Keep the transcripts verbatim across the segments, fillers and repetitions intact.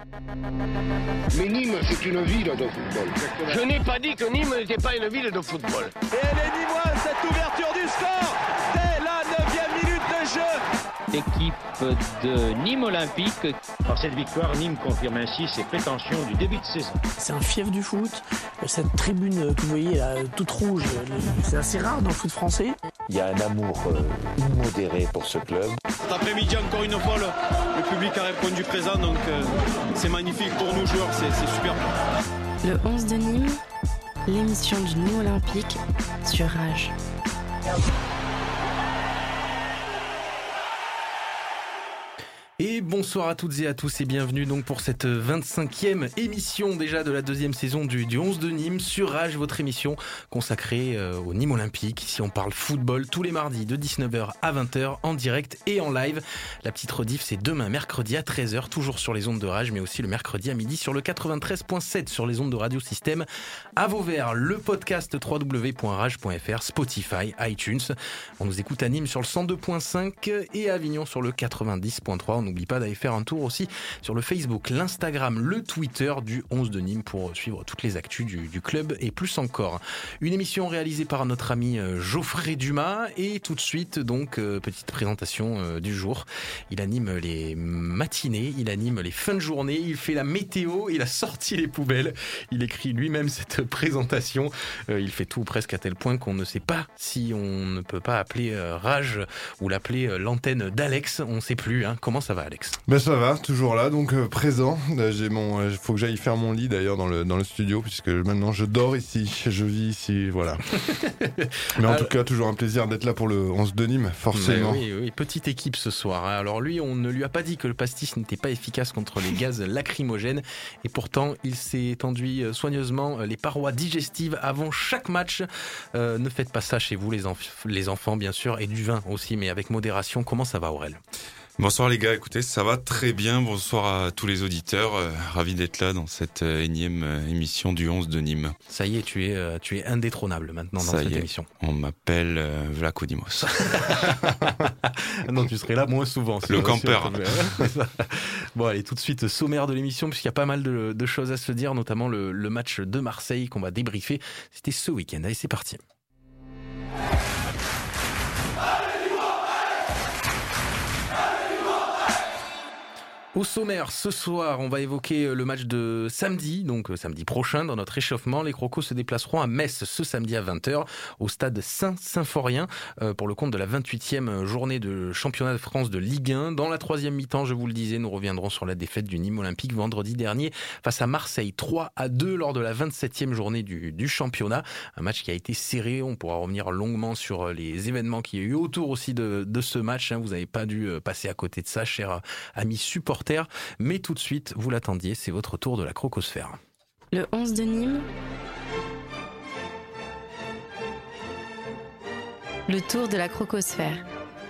Mais Nîmes, c'est une ville de football. Je n'ai pas dit que Nîmes n'était pas une ville de football. Et elle est nîmoise, cette ouverture du score dès la neuvième minute de jeu. Équipe de Nîmes Olympique. Par cette victoire, Nîmes confirme ainsi ses prétentions du début de saison. C'est un fief du foot. Cette tribune que vous voyez là, toute rouge, c'est assez rare dans le foot français. Il y a un amour euh, immodéré pour ce club. Cet après-midi, encore une fois, le, le public a répondu présent, donc euh, c'est magnifique pour nous joueurs, c'est, c'est super. Le onze de Nîmes, l'émission du Nîmes Olympique sur Rage. Et bonsoir à toutes et à tous et bienvenue donc pour cette vingt-cinquième émission déjà de la deuxième saison du, du onze de Nîmes sur Rage, votre émission consacrée euh, au Nîmes Olympique. Ici on parle football tous les mardis de dix-neuf heures à vingt heures en direct et en live. La petite rediff c'est demain mercredi à treize heures, toujours sur les ondes de Rage, mais aussi le mercredi à midi sur le quatre-vingt-treize virgule sept sur les ondes de Radio Système à Vauvert. Le podcast w w w point rage point f r, Spotify, iTunes. On nous écoute à Nîmes sur le cent deux virgule cinq et à Avignon sur le quatre-vingt-dix virgule trois. On n'oublie pas d'aller faire un tour aussi sur le Facebook, l'Instagram, le Twitter du onze de Nîmes pour suivre toutes les actus du, du club et plus encore. Une émission réalisée par notre ami Geoffrey Dumas et tout de suite donc euh, petite présentation euh, du jour. Il anime les matinées, il anime les fins de journée, il fait la météo, il a sorti les poubelles, il écrit lui-même cette présentation, euh, il fait tout presque à tel point qu'on ne sait pas si on ne peut pas appeler euh, Rage ou l'appeler euh, l'antenne d'Alex, on ne sait plus, hein. Comment ça va Alex? Ben ça va, toujours là, donc euh, présent. Euh, j'ai mon, euh, faut que j'aille faire mon lit d'ailleurs dans le dans le studio puisque maintenant je dors ici, je vis ici, voilà. Mais en Alors, tout cas, toujours un plaisir d'être là pour le onze de Nîmes, forcément. Oui, oui, petite équipe ce soir. Alors lui, on ne lui a pas dit que le pastis n'était pas efficace contre les gaz lacrymogènes, et pourtant il s'est enduit soigneusement les parois digestives avant chaque match. Euh, ne faites pas ça chez vous, les, enf- les enfants, bien sûr, et du vin aussi, mais avec modération. Comment ça va, Aurel? Bonsoir les gars, écoutez, ça va très bien. Bonsoir à tous les auditeurs. Euh, ravi d'être là dans cette euh, énième euh, émission du onze de Nîmes. Ça y est, tu es, euh, tu es indétrônable maintenant dans ça cette y est, émission. On m'appelle euh, Vlaco Dimos. Non, tu serais là moins souvent. Le campeur. Bon, allez, tout de suite, sommaire de l'émission, puisqu'il y a pas mal de, de choses à se dire, notamment le, le match de Marseille qu'on va débriefer. C'était ce week-end. Allez, c'est parti. Au sommaire, ce soir, on va évoquer le match de samedi, donc samedi prochain, dans notre échauffement. Les Crocos se déplaceront à Metz ce samedi à vingt heures, au stade Saint-Symphorien, euh, pour le compte de la vingt-huitième journée de championnat de France de Ligue un. Dans la troisième mi-temps, je vous le disais, nous reviendrons sur la défaite du Nîmes Olympique vendredi dernier face à Marseille, trois à deux lors de la vingt-septième journée du, du championnat. Un match qui a été serré, on pourra revenir longuement sur les événements qu'il y a eu autour aussi de, de ce match. Vous n'avez pas dû passer à côté de ça, chers amis supporters. Mais tout de suite, vous l'attendiez, c'est votre tour de la crocosphère. Le onze de Nîmes. Le tour de la crocosphère.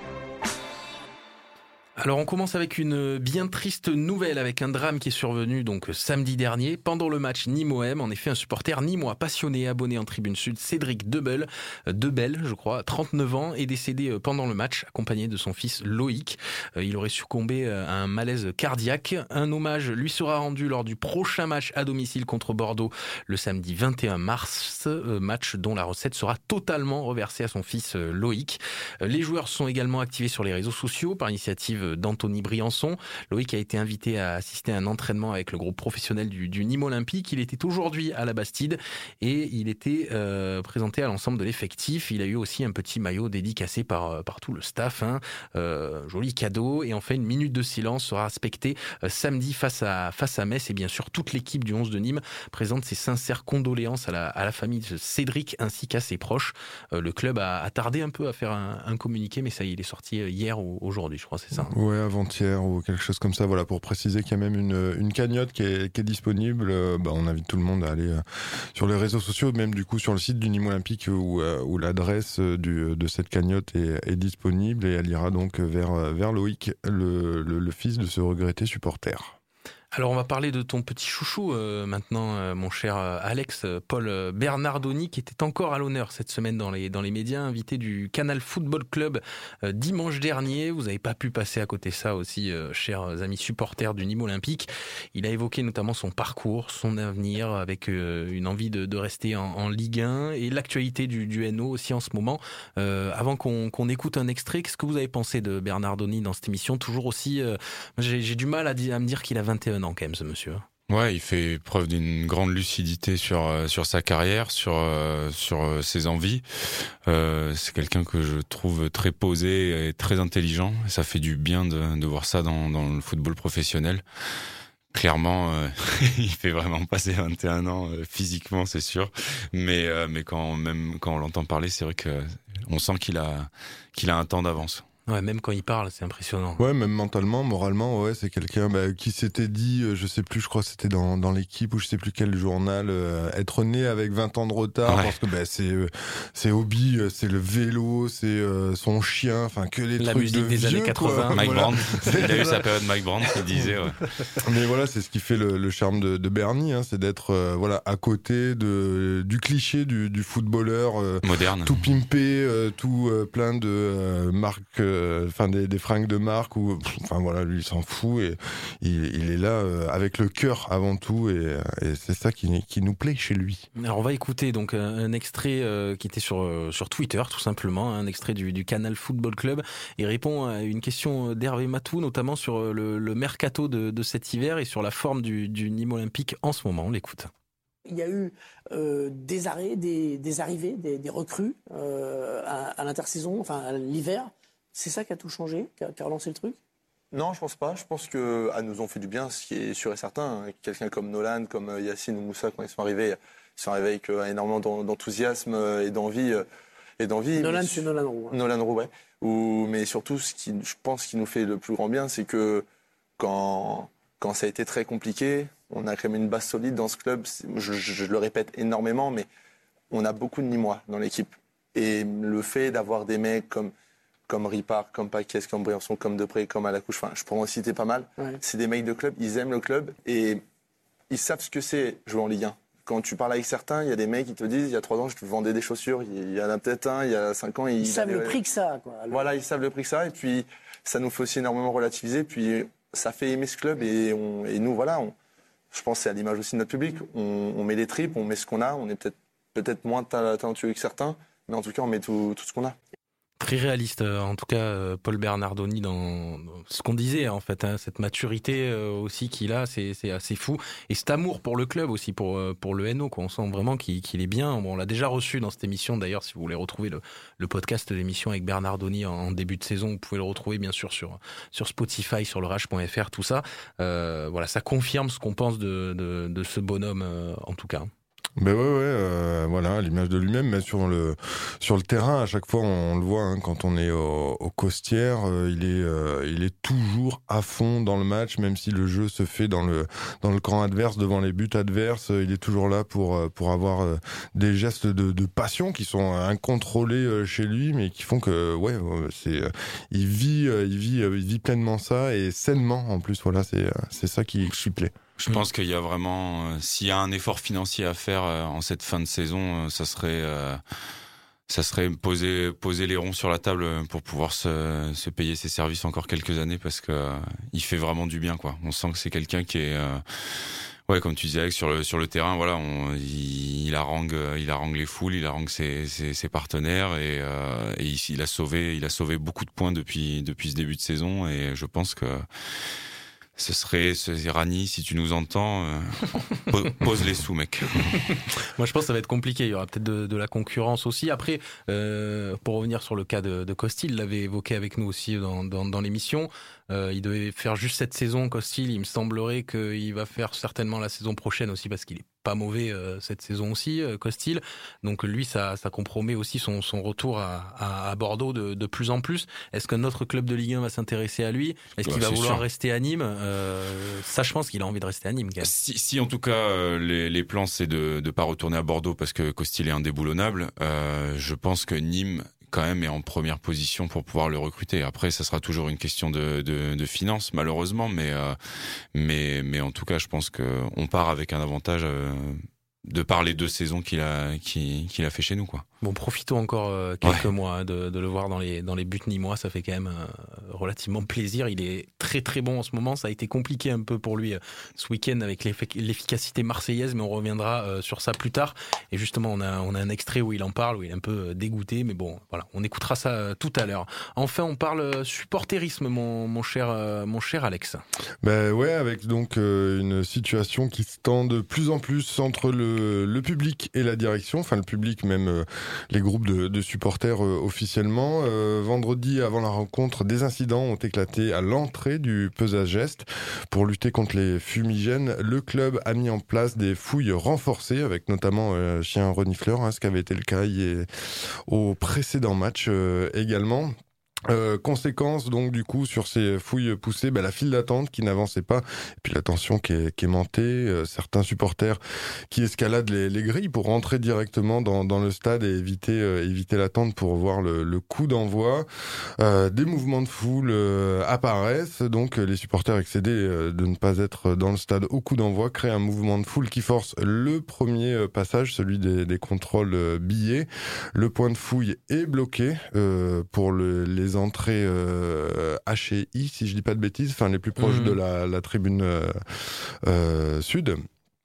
Alors on commence avec une bien triste nouvelle, avec un drame qui est survenu donc samedi dernier pendant le match Nîmes-O M. En effet, un supporter nîmois passionné abonné en tribune sud, Cédric Debel, Debel, je crois, trente-neuf ans, est décédé pendant le match accompagné de son fils Loïc. Il aurait succombé à un malaise cardiaque. Un hommage lui sera rendu lors du prochain match à domicile contre Bordeaux le samedi vingt et un mars, match dont la recette sera totalement reversée à son fils Loïc. Les joueurs sont également activés sur les réseaux sociaux par initiative d'Anthony Briançon. Loïc a été invité à assister à un entraînement avec le groupe professionnel du, du Nîmes Olympique. Il était aujourd'hui à la Bastide et il était euh, présenté à l'ensemble de l'effectif. Il a eu aussi un petit maillot dédicacé par, par tout le staff. Hein. Euh, joli cadeau. Et enfin, une minute de silence sera respectée euh, samedi face à, face à Metz. Et bien sûr, toute l'équipe du onze de Nîmes présente ses sincères condoléances à la, à la famille de Cédric ainsi qu'à ses proches. Euh, le club a, a tardé un peu à faire un, un communiqué, mais ça y est, il est sorti hier ou aujourd'hui, je crois, c'est ça. Ouais, avant-hier ou quelque chose comme ça. Voilà, pour préciser qu'il y a même une, une cagnotte qui est, qui est disponible. Euh, bah, on invite tout le monde à aller euh, sur les réseaux sociaux, même du coup sur le site du Nîmes Olympique où, euh, où l'adresse du, de cette cagnotte est, est disponible et elle ira donc vers, vers Loïc, le, le, le fils de ce regretté supporter. Alors on va parler de ton petit chouchou euh, maintenant, euh, mon cher euh, Alex, euh, Paul euh, Bernardoni, qui était encore à l'honneur cette semaine dans les, dans les médias, invité du Canal Football Club euh, dimanche dernier. Vous n'avez pas pu passer à côté de ça aussi, euh, chers amis supporters du Nîmes Olympique. Il a évoqué notamment son parcours, son avenir, avec euh, une envie de, de rester en, en Ligue un et l'actualité du, du N O aussi en ce moment. Euh, avant qu'on, qu'on écoute un extrait, qu'est-ce que vous avez pensé de Bernardoni dans cette émission? Toujours aussi, euh, j'ai, j'ai du mal à, dire, à me dire qu'il a vingt et un ans quand même, ce monsieur. Ouais, il fait preuve d'une grande lucidité sur sur sa carrière, sur sur ses envies. Euh, c'est quelqu'un que je trouve très posé et très intelligent. Ça fait du bien de, de voir ça dans dans le football professionnel. Clairement, euh, il fait vraiment passer vingt et un ans euh, physiquement, c'est sûr. Mais euh, mais quand même quand on l'entend parler, c'est vrai que on sent qu'il a qu'il a un temps d'avance. Ouais, même quand il parle, c'est impressionnant. Ouais, même mentalement, moralement, ouais, c'est quelqu'un bah, qui s'était dit, euh, je sais plus, je crois que c'était dans, dans l'équipe ou je sais plus quel journal, euh, être né avec vingt ans de retard ouais. parce que bah, c'est euh, c'est hobby, euh, c'est le vélo, c'est euh, son chien, enfin que les La trucs musique de des vieux, années quatre-vingts. Quoi. Mike Voilà. Brandt, il a eu sa période Mike Brandt qui disait. Ouais. Mais voilà, c'est ce qui fait le, le charme de, de Bernie, hein, c'est d'être euh, voilà à côté de du cliché du, du footballeur euh, moderne, tout pimpé, euh, tout euh, plein de euh, marques, enfin euh, des des fringues de marque ou enfin voilà, lui il s'en fout et il, il est là euh, avec le cœur avant tout et, et c'est ça qui, qui nous plaît chez lui. Alors on va écouter donc un, un extrait euh, qui était sur euh, sur Twitter tout simplement, un extrait du, du Canal Football Club. Il répond à une question d'Hervé Matou notamment sur le, le mercato de, de cet hiver et sur la forme du, du Nîmes Olympique en ce moment. On l'écoute. Il y a eu euh, des arrêts, des, des arrivées, des, des recrues euh, à, à l'intersaison, enfin à l'hiver. C'est ça qui a tout changé, qui a, qui a relancé le truc? Non, je pense pas. Je pense que à nous ont fait du bien, ce qui est sûr et certain. Quelqu'un comme Nolan, comme Yacine ou Moussa, quand ils sont arrivés, ils sont arrivés avec euh, énormément d'enthousiasme et d'envie. Euh, et d'envie. Nolan, mais, c'est Nolan Roux. Hein. Nolan Roux, ouais. Ou, mais surtout, ce qui, je pense, qui nous fait le plus grand bien, c'est que quand, quand ça a été très compliqué, on a quand même une base solide dans ce club. Je, je, je le répète énormément, mais on a beaucoup de Nîmois dans l'équipe. Et le fait d'avoir des mecs comme comme Ripard, comme Paquet, comme Briançon, comme Depré, comme Alacouche, enfin, je pourrais en citer pas mal. Ouais. C'est des mecs de club, ils aiment le club et ils savent ce que c'est jouer en Ligue un. Quand tu parles avec certains, il y a des mecs qui te disent, il y a trois ans, je te vendais des chaussures. Il y en a peut-être un, il y a cinq ans. Ils, ils savent avaient... le prix que ça, quoi. Alors... Voilà, ils savent le prix que ça. Et puis, ça nous fait aussi énormément relativiser. Puis, ça fait aimer ce club. Et, on... et nous, voilà, on... je pense que c'est à l'image aussi de notre public. On, on met les tripes, on met ce qu'on a. On est peut-être, peut-être moins talentueux que certains. Mais en tout cas, on met tout, tout ce qu'on a. Très réaliste, en tout cas, Paul Bernardoni, dans ce qu'on disait, en fait, hein, cette maturité aussi qu'il a, c'est, c'est assez fou. Et cet amour pour le club aussi, pour, pour le N O, quoi. On sent vraiment qu'il, qu'il est bien. Bon, on l'a déjà reçu dans cette émission, d'ailleurs, si vous voulez retrouver le, le podcast de l'émission avec Bernardoni en, en début de saison, vous pouvez le retrouver, bien sûr, sur, sur Spotify, sur le rage point f r, tout ça. Euh, voilà, ça confirme ce qu'on pense de, de, de ce bonhomme, euh, en tout cas. Ben ouais, ouais, euh, voilà, à l'image de lui-même, mais sur le sur le terrain, à chaque fois, on, on le voit hein, quand on est au, au Costières, euh, il est euh, il est toujours à fond dans le match, même si le jeu se fait dans le dans le camp adverse, devant les buts adverses, euh, il est toujours là pour pour avoir euh, des gestes de, de passion qui sont incontrôlés euh, chez lui, mais qui font que ouais, c'est euh, il vit euh, il vit euh, il vit pleinement ça et sainement en plus. Voilà, c'est c'est ça qui qui plaît. Je pense qu'il y a vraiment, euh, s'il y a un effort financier à faire euh, en cette fin de saison, euh, ça serait, euh, ça serait poser, poser les ronds sur la table pour pouvoir se, se payer ses services encore quelques années parce que euh, il fait vraiment du bien, quoi. On sent que c'est quelqu'un qui est, euh, ouais, comme tu disais, Alex, sur le sur le terrain, voilà, on, il, il harangue, il harangue les foules, il harangue ses, ses, ses partenaires et, euh, et il, il a sauvé, il a sauvé beaucoup de points depuis depuis ce début de saison et je pense que ce serait, ce Rani, si tu nous entends, euh, pose les sous, mec. Moi, je pense que ça va être compliqué. Il y aura peut-être de, de la concurrence aussi. Après, euh, pour revenir sur le cas de, de Costil, il l'avait évoqué avec nous aussi dans, dans, dans l'émission. Euh, il devait faire juste cette saison, Costil. Il me semblerait qu'il va faire certainement la saison prochaine aussi parce qu'il est pas mauvais euh, cette saison aussi, euh, Costil. Donc lui, ça, ça compromet aussi son, son retour à, à, à Bordeaux de, de plus en plus. Est-ce qu'un autre club de Ligue un va s'intéresser à lui? Est-ce qu'il ouais, va vouloir sûr. rester à Nîmes? euh, Ça, je pense qu'il a envie de rester à Nîmes. Quand même. Si, si, en tout cas, euh, les, les plans, c'est de ne pas retourner à Bordeaux parce que Costil est indéboulonnable. Euh, je pense que Nîmes, quand même est en première position pour pouvoir le recruter. Après, ça sera toujours une question de, de, de finances, malheureusement, mais, euh, mais, mais en tout cas, je pense qu'on part avec un avantage euh, de par les deux saisons qu'il a, qu'il, qu'il a fait chez nous, quoi. Bon, profitons encore euh, quelques ouais. mois hein, de, de le voir dans les, dans les buts nîmois. Ça fait quand même euh, relativement plaisir. Il est très très bon en ce moment. Ça a été compliqué un peu pour lui euh, ce week-end avec l'effic- l'efficacité marseillaise, mais on reviendra euh, sur ça plus tard. Et justement, on a, on a un extrait où il en parle, où il est un peu euh, dégoûté. Mais bon, voilà, on écoutera ça euh, tout à l'heure. Enfin, on parle euh, supporterisme, mon, mon, cher, euh, mon cher Alex. Ben ouais, avec donc euh, une situation qui se tend de plus en plus entre le, le public et la direction. Enfin, le public même... Euh, les groupes de, de supporters euh, officiellement. Euh, vendredi, avant la rencontre, des incidents ont éclaté à l'entrée du pesage est. Pour lutter contre les fumigènes, le club a mis en place des fouilles renforcées, avec notamment euh, chien renifleur, hein, ce qui avait été le cas hier, au précédent match euh, également. Euh, conséquence donc du coup sur ces fouilles poussées, bah, la file d'attente qui n'avançait pas, et puis la tension qui est, qui est montée, euh, certains supporters qui escaladent les, les grilles pour rentrer directement dans, dans le stade et éviter, euh, éviter l'attente pour voir le, le coup d'envoi. Euh, des mouvements de foule euh, apparaissent, donc les supporters excédés euh, de ne pas être dans le stade au coup d'envoi créent un mouvement de foule qui force le premier passage, celui des, des contrôles euh, billets. Le point de fouille est bloqué euh, pour le, les entrées euh, H et I, si je dis pas de bêtises, enfin les plus proches mmh. de la, la tribune euh, euh, sud.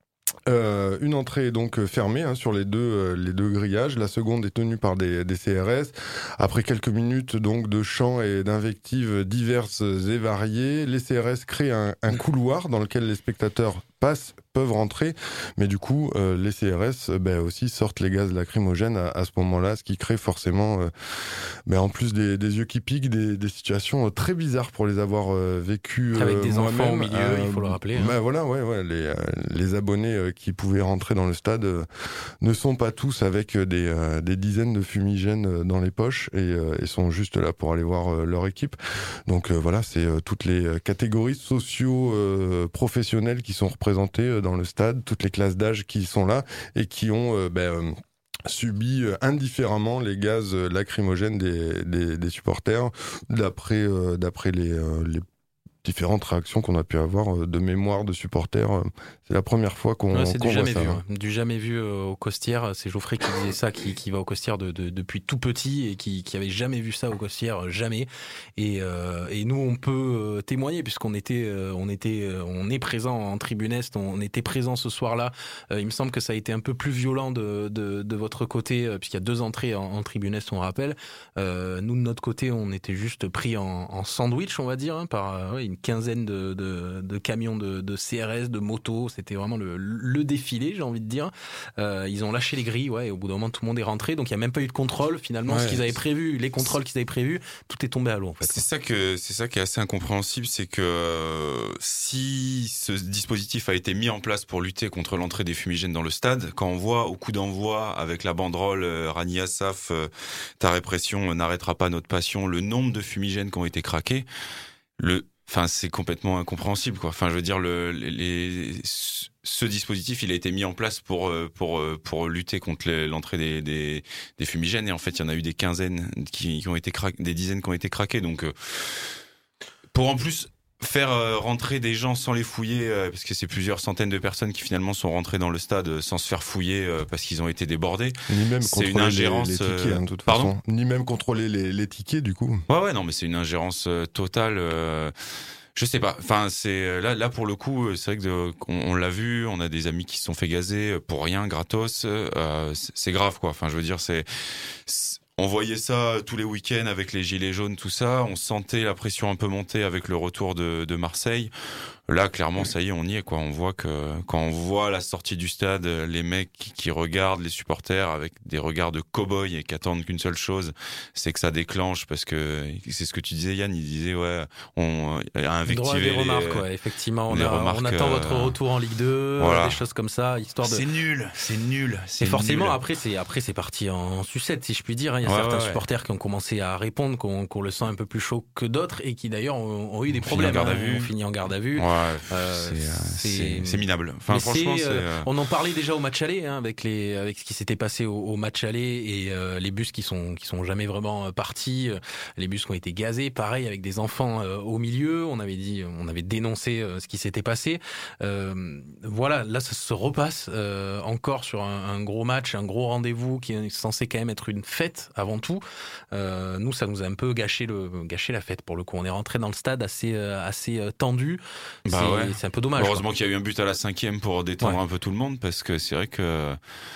Euh, une entrée est donc fermée hein, sur les deux, euh, les deux grillages. La seconde est tenue par des, des C R S. Après quelques minutes donc de chants et d'invectives diverses et variées, les C R S créent un, un couloir dans lequel les spectateurs passent, peuvent rentrer, mais du coup euh, les C R S ben, aussi sortent les gaz lacrymogènes à, à ce moment-là, ce qui crée forcément euh, ben, en plus des, des yeux qui piquent, des, des situations très bizarres pour les avoir euh, vécues euh, avec des moi-même. enfants au milieu, euh, il faut le rappeler. Hein. Ben, voilà, ouais, ouais, les, euh, les abonnés euh, qui pouvaient rentrer dans le stade euh, ne sont pas tous avec des, euh, des dizaines de fumigènes dans les poches et, euh, et sont juste là pour aller voir euh, leur équipe. Donc euh, voilà, c'est euh, toutes les catégories socio-professionnelles euh, qui sont représentées dans le stade, toutes les classes d'âge qui sont là et qui ont euh, ben, euh, subi indifféremment les gaz lacrymogènes des, des, des supporters d'après, euh, d'après les, euh, les différentes réactions qu'on a pu avoir de mémoire de supporters. C'est la première fois qu'on, ouais, c'est qu'on du voit jamais ça. Vu, hein. hein. Du jamais vu euh, au Costières. C'est Geoffrey qui disait ça, qui, qui va au Costières de, de, depuis tout petit et qui, qui avait jamais vu ça au Costières, jamais. Et, euh, et nous, on peut euh, témoigner puisqu'on était, euh, on était, euh, on est présent en tribune Est, on était présent ce soir-là. Euh, il me semble que ça a été un peu plus violent de, de, de votre côté euh, puisqu'il y a deux entrées en, en tribune Est, on rappelle. Euh, nous de notre côté, on était juste pris en, en sandwich, on va dire, hein, par euh, ouais, une quinzaine de, de, de camions de, de C R S, de motos. C'était vraiment le, le défilé, j'ai envie de dire. Euh, ils ont lâché les grilles, ouais, et au bout d'un moment, tout le monde est rentré. Donc, il n'y a même pas eu de contrôle. Finalement, ouais, ce qu'ils avaient prévu, les contrôles qu'ils avaient prévus, tout est tombé à l'eau, en fait. C'est ça que, c'est ça qui est assez incompréhensible, c'est que euh, si ce dispositif a été mis en place pour lutter contre l'entrée des fumigènes dans le stade, quand on voit au coup d'envoi avec la banderole euh, Rani Assaf, euh, ta répression n'arrêtera pas notre passion, le nombre de fumigènes qui ont été craqués, le Enfin, c'est complètement incompréhensible, quoi. Enfin, je veux dire, le, les, les, ce dispositif, il a été mis en place pour pour pour lutter contre les, l'entrée des, des des fumigènes, et en fait, il y en a eu des quinzaines qui, qui ont été craquées, des dizaines qui ont été craquées. Donc, euh, pour en plus faire euh, rentrer des gens sans les fouiller, euh, parce que c'est plusieurs centaines de personnes qui finalement sont rentrées dans le stade euh, sans se faire fouiller euh, parce qu'ils ont été débordés. Ni même c'est contrôler une ingérence, les, les tickets, hein, de toute Pardon façon. Ni même contrôler les, les tickets, du coup. Ouais, ouais, non, mais c'est une ingérence euh, totale. Euh, je sais pas. Enfin, c'est là, là pour le coup, c'est vrai que de, on, on l'a vu. On a des amis qui se sont fait gazer pour rien, gratos. Euh, c'est, c'est grave, quoi. Enfin, je veux dire, c'est, c'est on voyait ça tous les week-ends avec les gilets jaunes, tout ça. On sentait la pression un peu monter avec le retour de, de Marseille. Là, clairement, ça y est, on y est, quoi. On voit que quand on voit la sortie du stade, les mecs qui, qui regardent les supporters avec des regards de cow-boy et qui attendent qu'une seule chose, c'est que ça déclenche, parce que c'est ce que tu disais, Yann. Il disait, ouais, on a invectivé droit à des les remarques, ouais. Effectivement, on, a, remarques, on attend euh, votre retour en Ligue deux, voilà. Des choses comme ça, histoire de. C'est nul, c'est nul. C'est et forcément, nul. après, c'est après, c'est parti en sucette, si je puis dire. Il y a ouais, certains ouais, supporters ouais. qui ont commencé à répondre, qu'on, qu'on le sent un peu plus chaud que d'autres, et qui d'ailleurs ont, ont eu des on problèmes. Finit en garde à hein, vue. On finit en garde à vue. Ouais. euh, c'est, c'est, c'est, c'est minable. Enfin, franchement, c'est, euh... on en parlait déjà au match aller, hein, avec les, avec ce qui s'était passé au, au match aller et euh, les bus qui sont, qui sont jamais vraiment partis, les bus qui ont été gazés, pareil avec des enfants euh, au milieu. On avait dit, on avait dénoncé euh, ce qui s'était passé. Euh, voilà, là, ça se repasse euh, encore sur un, un gros match, un gros rendez-vous qui est censé quand même être une fête avant tout. Euh, nous, ça nous a un peu gâché le, gâché la fête pour le coup. On est rentré dans le stade assez, euh, assez tendu. Bah c'est, ouais. c'est un peu dommage. Heureusement quoi. qu'il y a eu un but à la cinquième pour détendre ouais. un peu tout le monde, parce que c'est vrai que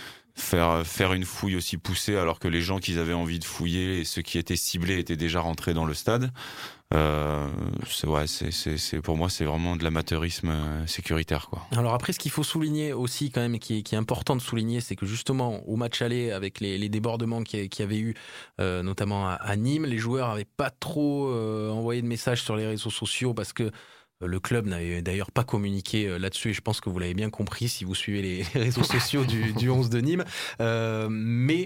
faire faire une fouille aussi poussée alors que les gens qui avaient envie de fouiller et ceux qui étaient ciblés étaient déjà rentrés dans le stade. Euh, c'est ouais, c'est c'est c'est pour moi c'est vraiment de l'amateurisme sécuritaire quoi. Alors après, ce qu'il faut souligner aussi quand même, qui est qui est important de souligner, c'est que justement au match aller avec les les débordements qui qui avait eu euh, notamment à, à Nîmes, les joueurs avaient pas trop euh, envoyé de messages sur les réseaux sociaux parce que le club n'avait d'ailleurs pas communiqué là-dessus et je pense que vous l'avez bien compris si vous suivez les réseaux sociaux du, du onze de Nîmes. Euh, mais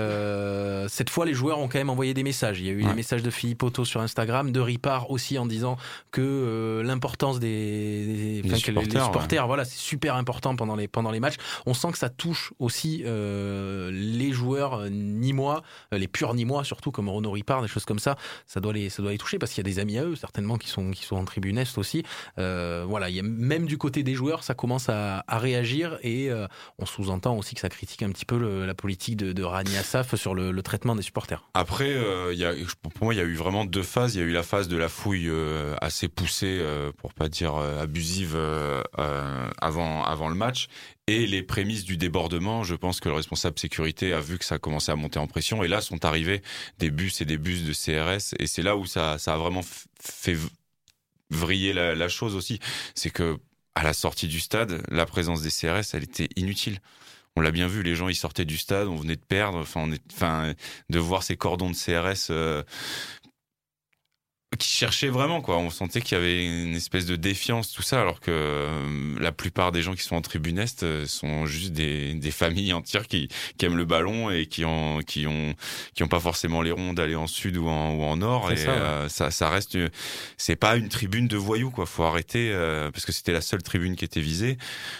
euh, cette fois, les joueurs ont quand même envoyé des messages. Il y a eu ouais. les messages de Philippe Otto sur Instagram, de Ripard aussi en disant que euh, l'importance des, des, les, supporters, les supporters, ouais. voilà, c'est super important pendant les pendant les matchs. On sent que ça touche aussi euh, les joueurs nîmois, les purs nîmois surtout comme Renaud Ripard, des choses comme ça. Ça doit les ça doit les toucher parce qu'il y a des amis à eux certainement qui sont qui sont en tribune est aussi. Euh, voilà, il y a même du côté des joueurs, ça commence à, à réagir et euh, on sous-entend aussi que ça critique un petit peu le, la politique de, de Rani Assaf sur le, le traitement des supporters. Après, euh, y a, pour moi, il y a eu vraiment deux phases. Il y a eu la phase de la fouille euh, assez poussée, euh, pour pas dire euh, abusive, euh, euh, avant avant le match. Et les prémices du débordement, je pense que le responsable sécurité a vu que ça a commencé à monter en pression. Et là, sont arrivés des bus et des bus de C R S. Et c'est là où ça, ça a vraiment fait vriller la, la chose aussi, c'est que à la sortie du stade, la présence des C R S, elle était inutile. On l'a bien vu, les gens ils sortaient du stade, on venait de perdre, enfin, on est, enfin, de voir ces cordons de C R S euh, qui cherchaient vraiment quoi. On sentait qu'il y avait une espèce de défiance, tout ça, alors que euh, la plupart des gens qui sont en tribune est euh, sont juste des, des familles entières qui, qui aiment le ballon et qui ont qui ont qui ont pas forcément les ronds d'aller en sud ou en ou en nord. C'est et ça, ouais. euh, ça ça reste, c'est pas une tribune de voyous quoi. Faut arrêter euh, parce que c'était la seule tribune qui était visée.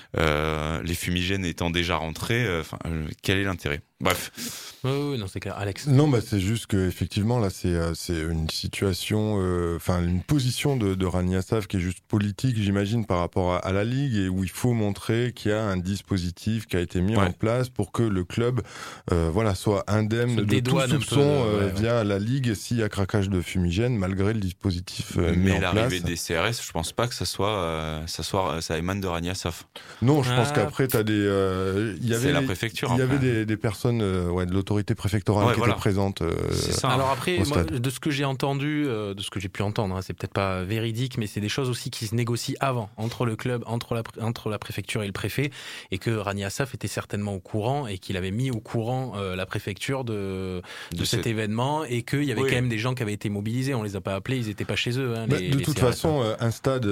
Euh, les fumigènes étant déjà rentrés, enfin euh, quel est l'intérêt? Bref. Oui, oui, non, c'est clair. Alex. Non, bah, c'est juste que, effectivement, là, c'est, c'est une situation, enfin, euh, une position de, de Rani Assaf qui est juste politique, j'imagine, par rapport à, à la Ligue et où il faut montrer qu'il y a un dispositif qui a été mis ouais. en place pour que le club, euh, voilà, soit indemne de tout soupçon euh, ouais, via ouais. la Ligue s'il y a craquage de fumigène, malgré le dispositif euh, mis en place. Mais l'arrivée des C R S, je pense pas que ça soit, euh, ça soit, ça émane de Rani Assaf. Non, je ah. pense qu'après, t'as des, euh, il y avait, c'est la préfecture. Il y avait des, des personnes Euh, ouais, de l'autorité préfectorale ouais, qui voilà. était présente. Euh, c'est ça. Alors après, moi, de ce que j'ai entendu, euh, de ce que j'ai pu entendre, hein, c'est peut-être pas véridique, mais c'est des choses aussi qui se négocient avant, entre le club, entre la, entre la préfecture et le préfet, et que Rani Assaf était certainement au courant et qu'il avait mis au courant euh, la préfecture de, de, de cet cette... événement et qu'il y avait oui. quand même des gens qui avaient été mobilisés. On les a pas appelés, ils étaient pas chez eux. Hein, bah, les, de les toute C R S, façon, hein. un stade,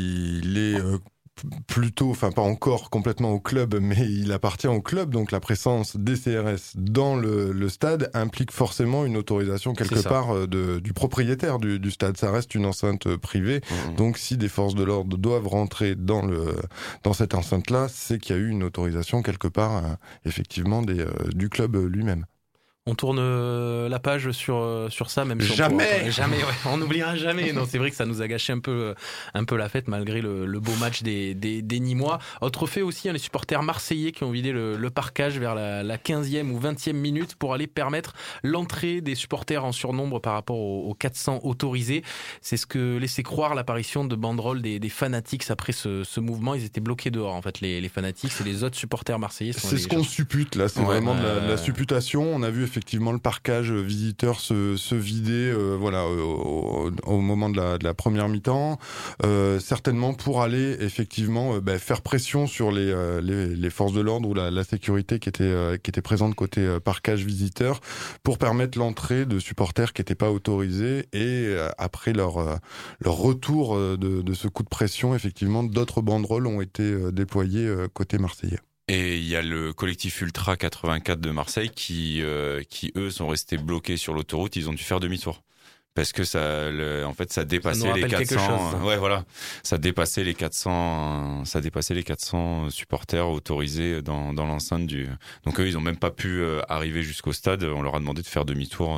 il est euh, plutôt, enfin pas encore complètement au club, mais il appartient au club, donc la présence des C R S dans le, le stade implique forcément une autorisation quelque part de, du propriétaire du, du stade. Ça reste une enceinte privée, mmh. donc si des forces de l'ordre doivent rentrer dans le dans cette enceinte-là, c'est qu'il y a eu une autorisation quelque part, euh, effectivement, des, euh, du club lui-même. On tourne la page sur sur ça, même si jamais, on, jamais, ouais, on n'oubliera jamais. Non, c'est vrai que ça nous a gâché un peu un peu la fête malgré le, le beau match des des, des Nîmois. Autre fait aussi, hein, les supporters marseillais qui ont vidé le, le parcage vers la, la quinzième ou vingtième minute pour aller permettre l'entrée des supporters en surnombre par rapport aux, aux quatre cents autorisés. C'est ce que laissait croire l'apparition de banderoles des, des fanatiques après ce, ce mouvement. Ils étaient bloqués dehors en fait, les, les fanatiques et les autres supporters marseillais. Sont c'est ce qu'on suppute là. C'est ouais, vraiment euh... de, la, de la supputation. On a vu effectivement le parquage visiteur se, se vider euh, voilà, au, au moment de la, de la première mi-temps, euh, certainement pour aller effectivement euh, bah, faire pression sur les, euh, les, les forces de l'ordre ou la, la sécurité qui était, euh, qui était présente côté euh, parquage visiteur pour permettre l'entrée de supporters qui n'étaient pas autorisés et euh, après leur, euh, leur retour de, de ce coup de pression, effectivement, d'autres banderoles ont été euh, déployées euh, côté marseillais. Et il y a le collectif Ultra quatre-vingt-quatre de Marseille qui, euh, qui eux, sont restés bloqués sur l'autoroute. Ils ont dû faire demi-tour parce que ça, le, en fait, ça dépassait ça les quatre cents. Chose, ouais, voilà, ça dépassait les quatre cents, ça dépassait les quatre cents supporters autorisés dans, dans l'enceinte du. Donc eux, ils ont même pas pu euh, arriver jusqu'au stade. On leur a demandé de faire demi-tour. Euh,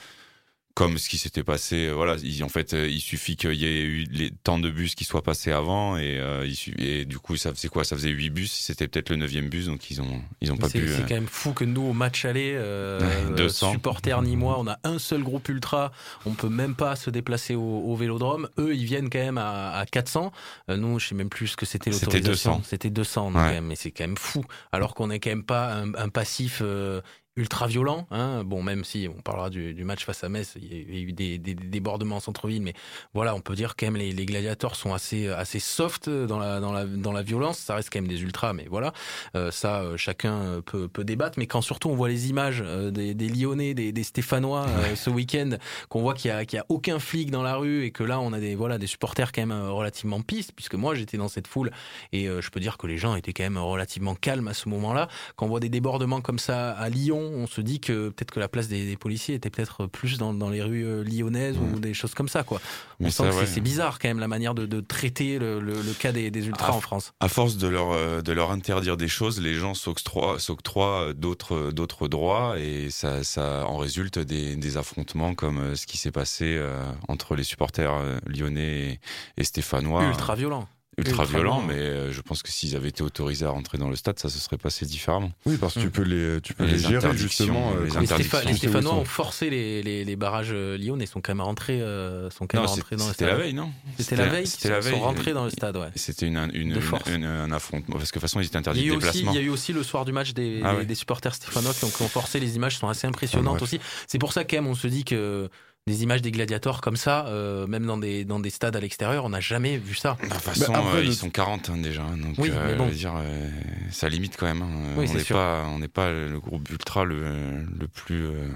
Comme ce qui s'était passé, voilà. Il, en fait, il suffit qu'il y ait eu les temps de bus qui soient passés avant, et, euh, il, et du coup, ça faisait quoi ? Ça faisait huit bus. C'était peut-être le neuvième bus, donc ils ont, ils ont pas c'est, pu. C'est euh... quand même fou que nous, au match aller, euh, deux cents supporters ni moi, on a un seul groupe ultra. On peut même pas se déplacer au, au Vélodrome. Eux, ils viennent quand même à, à quatre cents. Euh, nous, je sais même plus ce que c'était l'autorisation. C'était deux cents. C'était deux cents, donc, ouais. quand même, mais c'est quand même fou. Alors qu'on est quand même pas un, un passif. Euh, ultra violent, hein. Bon, même si on parlera du, du match face à Metz, il y a eu des, des, des débordements en centre-ville, mais voilà, on peut dire quand même les, les gladiateurs sont assez assez soft dans la dans la dans la violence. Ça reste quand même des ultras, mais voilà, euh, ça euh, chacun peut peut débattre. Mais quand surtout on voit les images euh, des, des Lyonnais, des, des Stéphanois euh, ouais. ce week-end, qu'on voit qu'il y a qu'il y a aucun flic dans la rue et que là on a des voilà des supporters quand même euh, relativement pistes, puisque moi j'étais dans cette foule et euh, je peux dire que les gens étaient quand même relativement calmes à ce moment-là. Quand on voit des débordements comme ça à Lyon, on se dit que peut-être que la place des, des policiers était peut-être plus dans, dans les rues euh, lyonnaises mmh. ou des choses comme ça, quoi. On Mais sent ça, que ouais. c'est, c'est bizarre quand même la manière de, de traiter le, le, le cas des, des ultras à, en France. À force de leur, de leur interdire des choses, les gens s'octroient, s'octroient d'autres, d'autres droits et ça, ça en résulte des, des affrontements comme ce qui s'est passé euh, entre les supporters lyonnais et, et stéphanois. Ultra violent. Ultra, ultra violent, mais euh, je pense que s'ils avaient été autorisés à rentrer dans le stade, ça se serait passé différemment. Oui, parce que tu peux les, tu peux les, les gérer justement. Euh, les, les, Stépha- les Stéphanois ont forcé les, les, les barrages lyonnais, sont quand même rentrés, euh, sont quand même non, rentrés dans le stade. C'était la veille, non C'était, c'était la veille. C'était la veille. Ils sont rentrés dans le stade, ouais. C'était une, une, une, une, un affrontement, parce que de toute façon ils étaient interdits de déplacement. Il y a eu aussi le soir du match des, ah, des, ouais. des supporters stéphanois qui ont, qui ont forcé. Les images sont assez impressionnantes ah, aussi. C'est pour ça quand même on se dit que des images des gladiateurs comme ça, euh, même dans des dans des stades à l'extérieur, on n'a jamais vu ça. De toute façon, bah après, euh, le... ils sont quarante hein, déjà, donc oui, euh, bon. je veux dire, euh, ça limite quand même. Hein. Oui, on n'est pas, on n'est pas le groupe ultra le le plus. Euh...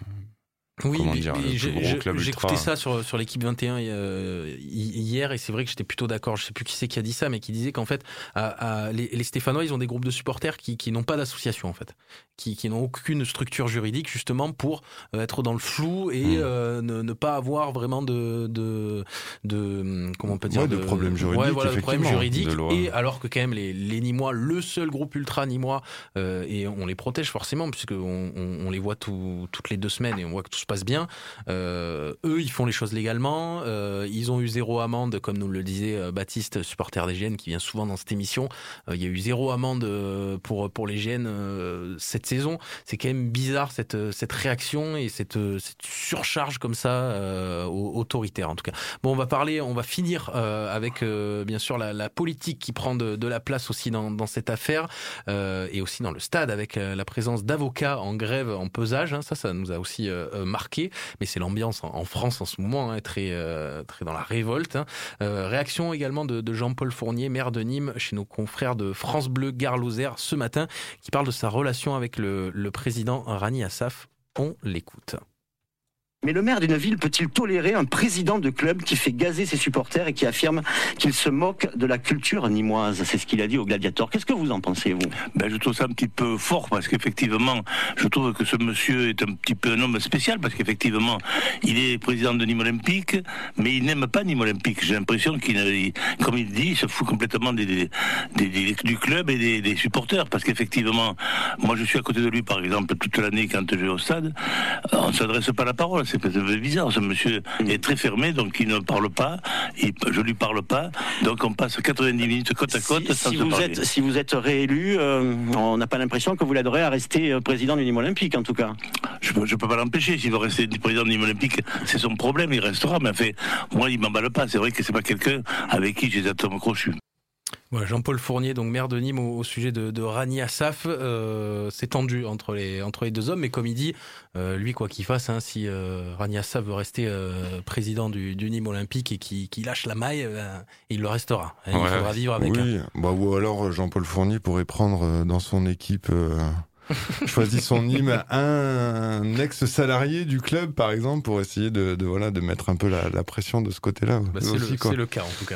Oui, Comment mais, dire, mais le j'ai, plus gros club j'écoutais ultra. ça sur sur l'équipe vingt et un euh, hier et c'est vrai que j'étais plutôt d'accord. Je sais plus qui c'est qui a dit ça, mais qui disait qu'en fait, à, à, les, les Stéphanois, ils ont des groupes de supporters qui qui n'ont pas d'association en fait, qui qui n'ont aucune structure juridique justement pour euh, être dans le flou et mmh. euh, ne, ne pas avoir vraiment de de de comment on peut dire ouais, de, de problème juridique. Ouais, voilà, de problème juridique. De et alors que quand même les les Nîmois, le seul groupe ultra Nîmois, euh, et on les protège forcément puisque on, on, on les voit tout, toutes les deux semaines et on voit que tout se passe bien. Euh, eux, ils font les choses légalement. Euh, ils ont eu zéro amende, comme nous le disait euh, Baptiste, supporter des G N, qui vient souvent dans cette émission. Euh, il y a eu zéro amende euh, pour pour les G N euh, cette saison. C'est quand même bizarre cette cette réaction et cette cette surcharge comme ça euh, autoritaire en tout cas. Bon, on va parler, on va finir euh, avec euh, bien sûr la, la politique qui prend de, de la place aussi dans dans cette affaire euh, et aussi dans le stade avec euh, la présence d'avocats en grève en pesage. Hein, ça, ça nous a aussi euh, marqué. Mais c'est l'ambiance en France en ce moment, hein, très euh, très dans la révolte. Hein. Euh, réaction également de, de Jean-Paul Fournier, maire de Nîmes, chez nos confrères de France Bleu Gare Lozère ce matin, qui parle de sa relation avec le, le président Rani Assaf. On l'écoute. Mais le maire d'une ville peut-il tolérer un président de club qui fait gazer ses supporters et qui affirme qu'il se moque de la culture nîmoise ? C'est ce qu'il a dit au Gladiator. Qu'est-ce que vous en pensez, vous ? Ben, je trouve ça un petit peu fort parce qu'effectivement, je trouve que ce monsieur est un petit peu un homme spécial parce qu'effectivement, il est président de Nîmes Olympique, mais il n'aime pas Nîmes Olympique. J'ai l'impression qu'il, comme il dit, il se fout complètement des, des, des, des, du club et des, des supporters parce qu'effectivement, moi je suis à côté de lui par exemple toute l'année quand je vais au stade, on ne s'adresse pas la parole. C'est bizarre, ce monsieur est très fermé, donc il ne parle pas, il, je lui parle pas, donc on passe quatre-vingt-dix minutes côte à côte si, sans si se vous parler. Êtes, si vous êtes réélu, euh, on n'a pas l'impression que vous l'aiderez à rester président du Nîmes Olympique, en tout cas. Je ne peux pas l'empêcher, s'il veut rester président du Nîmes Olympique, c'est son problème, il restera, mais en fait, moi il m'emballe pas, c'est vrai que c'est pas quelqu'un avec qui j'ai des atomes crochus. Voilà, Jean-Paul Fournier, donc maire de Nîmes, au, au sujet de, de Rani Assaf, euh, c'est tendu entre les entre les deux hommes, mais comme il dit, euh, lui quoi qu'il fasse, hein, si euh, Rani Assaf veut rester euh, président du, du Nîmes Olympique et qu'il qui lâche la maille, euh, il le restera. Hein, ouais, il faudra vivre avec. Oui, hein. bah, ou alors Jean-Paul Fournier pourrait prendre dans son équipe. Euh... choisit son Nîmes un ex-salarié du club par exemple pour essayer de, de voilà de mettre un peu la, la pression de ce côté-là. Bah, c'est, aussi, le, quoi. c'est le cas en tout cas.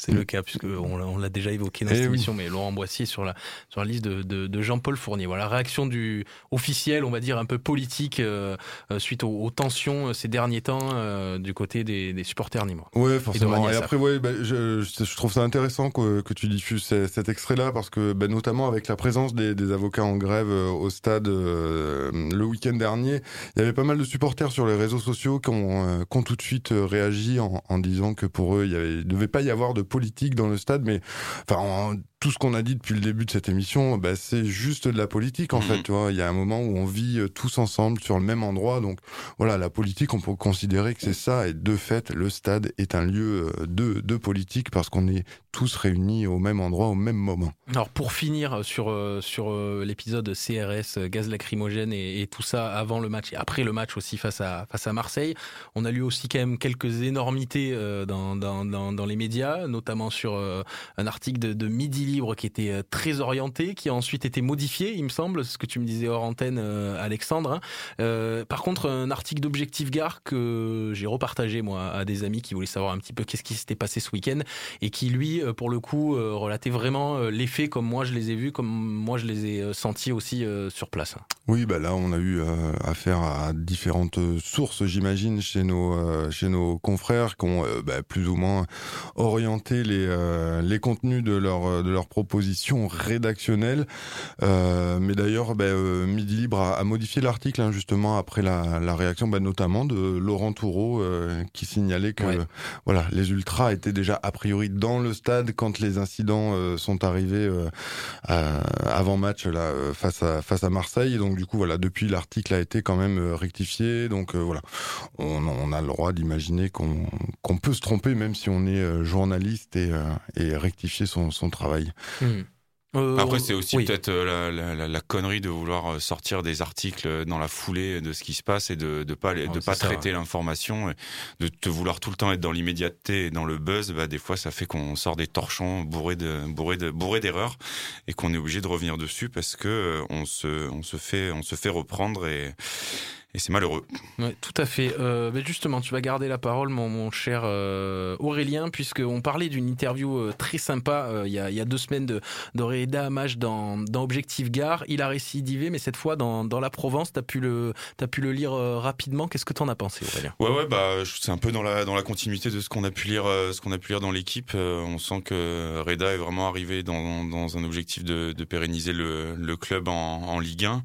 C'est mmh. le cas, puisque on l'a, on l'a déjà évoqué dans et cette oui. émission, mais Laurent Boissier sur la, sur la liste de, de, de Jean-Paul Fournier. Voilà, réaction du officielle, on va dire un peu politique, euh, suite aux, aux tensions ces derniers temps euh, du côté des, des supporters nîmois. Ouais, forcément. Et, et après, ouais, bah, je, je trouve ça intéressant que, que tu diffuses cet extrait-là, parce que bah, notamment avec la présence des, des avocats en grève au stade euh, le week-end dernier, il y avait pas mal de supporters sur les réseaux sociaux qui ont, euh, qui ont tout de suite réagi en, en disant que pour eux, il ne devait pas y avoir de politique dans le stade, mais enfin, en, tout ce qu'on a dit depuis le début de cette émission, bah, c'est juste de la politique en mmh. fait. Tu vois, il y a un moment où on vit tous ensemble sur le même endroit, donc voilà, la politique, on peut considérer que c'est ça, et de fait, le stade est un lieu de, de politique parce qu'on est tous réunis au même endroit, au même moment. Alors pour finir sur, sur l'épisode C R S, gaz lacrymogène et, et tout ça avant le match et après le match aussi face à, face à Marseille, on a lu aussi quand même quelques énormités dans, dans, dans, dans les médias, notamment sur un article de, de Midi Libre qui était très orienté, qui a ensuite été modifié, il me semble, ce que tu me disais hors antenne, Alexandre. Hein. Euh, par contre, un article d'Objectif Gare que j'ai repartagé moi à des amis qui voulaient savoir un petit peu qu'est-ce qui s'était passé ce week-end et qui lui, pour le coup, euh, relatait vraiment euh, les faits comme moi je les ai vus, comme moi je les ai euh, sentis aussi euh, sur place. Oui, bah là on a eu euh, affaire à différentes sources, j'imagine, chez nos euh, chez nos confrères qui ont euh, bah, plus ou moins orienté les euh, les contenus de leur de leurs propositions rédactionnelles. Euh, mais d'ailleurs, bah, euh, Midi Libre a, a modifié l'article hein, justement après la, la réaction, bah, notamment de Laurent Toureau euh, qui signalait que ouais. voilà, les ultras étaient déjà a priori dans le stade quand les incidents euh, sont arrivés euh, à, avant match là euh, face à face à Marseille. Et donc du coup voilà, depuis l'article a été quand même euh, rectifié. Donc euh, voilà, on, on a le droit d'imaginer qu'on qu'on peut se tromper même si on est euh, journaliste et euh, et rectifier son son travail. Mmh. Euh, Après, c'est aussi oui. peut-être la, la, la connerie de vouloir sortir des articles dans la foulée de ce qui se passe et de de pas de oh, pas traiter ça, l'information, de te vouloir tout le temps être dans l'immédiateté et dans le buzz. Bah des fois, ça fait qu'on sort des torchons bourrés de bourrés de bourrés d'erreurs et qu'on est obligé de revenir dessus parce que on se on se fait on se fait reprendre et Et c'est malheureux. Ouais, tout à fait. Euh, mais justement, tu vas garder la parole, mon, mon cher euh, Aurélien, puisqu'on parlait d'une interview euh, très sympa euh, il, y a, il y a deux semaines de, de Reda Amash dans, dans Objectif Gare. Il a récidivé, mais cette fois dans, dans la Provence. Tu as pu le, t'as pu le lire euh, rapidement. Qu'est-ce que tu en as pensé, Aurélien ? Ouais, ouais, bah, c'est un peu dans la, dans la continuité de ce qu'on a pu lire, euh, ce qu'on a pu lire dans l'équipe. Euh, on sent que Reda est vraiment arrivé dans, dans un objectif de, de pérenniser le, le club en, en Ligue un.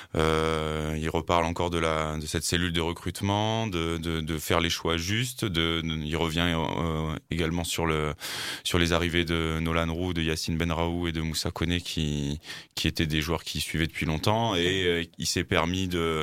Euh, il reparle encore de la de cette cellule de recrutement, de, de, de faire les choix justes. De, de, il revient euh, également sur le sur les arrivées de Nolan Roux, de Yacine Benraou et de Moussa Koné qui qui étaient des joueurs qui suivaient depuis longtemps et euh, il s'est permis de,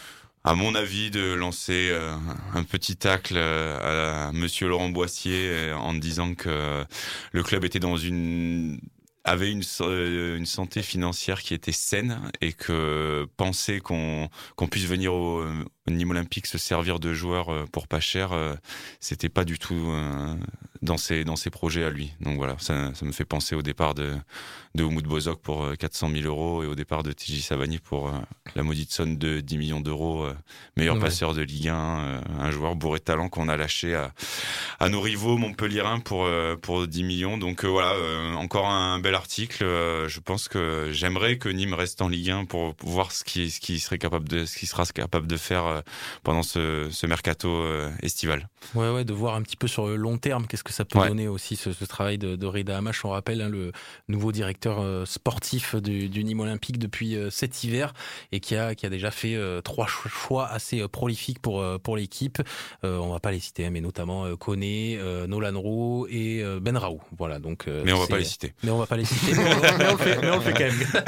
à mon avis, de lancer euh, un petit tacle euh, à Monsieur Laurent Boissier euh, en disant que le club était dans une avait une une santé financière qui était saine et que penser qu'on qu'on puisse venir au, au Nîmes Olympique se servir de joueurs pour pas cher, c'était pas du tout dans ses dans ses projets à lui. Donc voilà, ça ça me fait penser au départ de de Oumoud Bozok pour quatre cent mille euros et au départ de T J Savani pour la maudite somme de dix millions d'euros, meilleur ouais. passeur de Ligue un, un joueur bourré de talent qu'on a lâché à à nos rivaux montpelliérains pour pour dix millions. Donc voilà, encore un bel article. Je pense que j'aimerais que Nîmes reste en Ligue un pour voir ce qui ce qui serait capable de ce qui sera capable de faire pendant ce ce mercato estival. Ouais ouais, de voir un petit peu sur le long terme qu'est-ce que ça peut ouais. donner aussi ce, ce travail de, de Reda Amash. On rappelle hein, le nouveau directeur sportif du, du Nîmes Olympique depuis cet hiver et qui a qui a déjà fait euh, trois choix assez euh, prolifiques pour euh, pour l'équipe. Euh, on va pas les citer, mais notamment euh, Koné, euh, Nolan Roux et euh, Benraou. Voilà donc. Euh, mais on va pas les citer. Mais on va pas les citer. mais, on, mais, on le fait, mais on le fait quand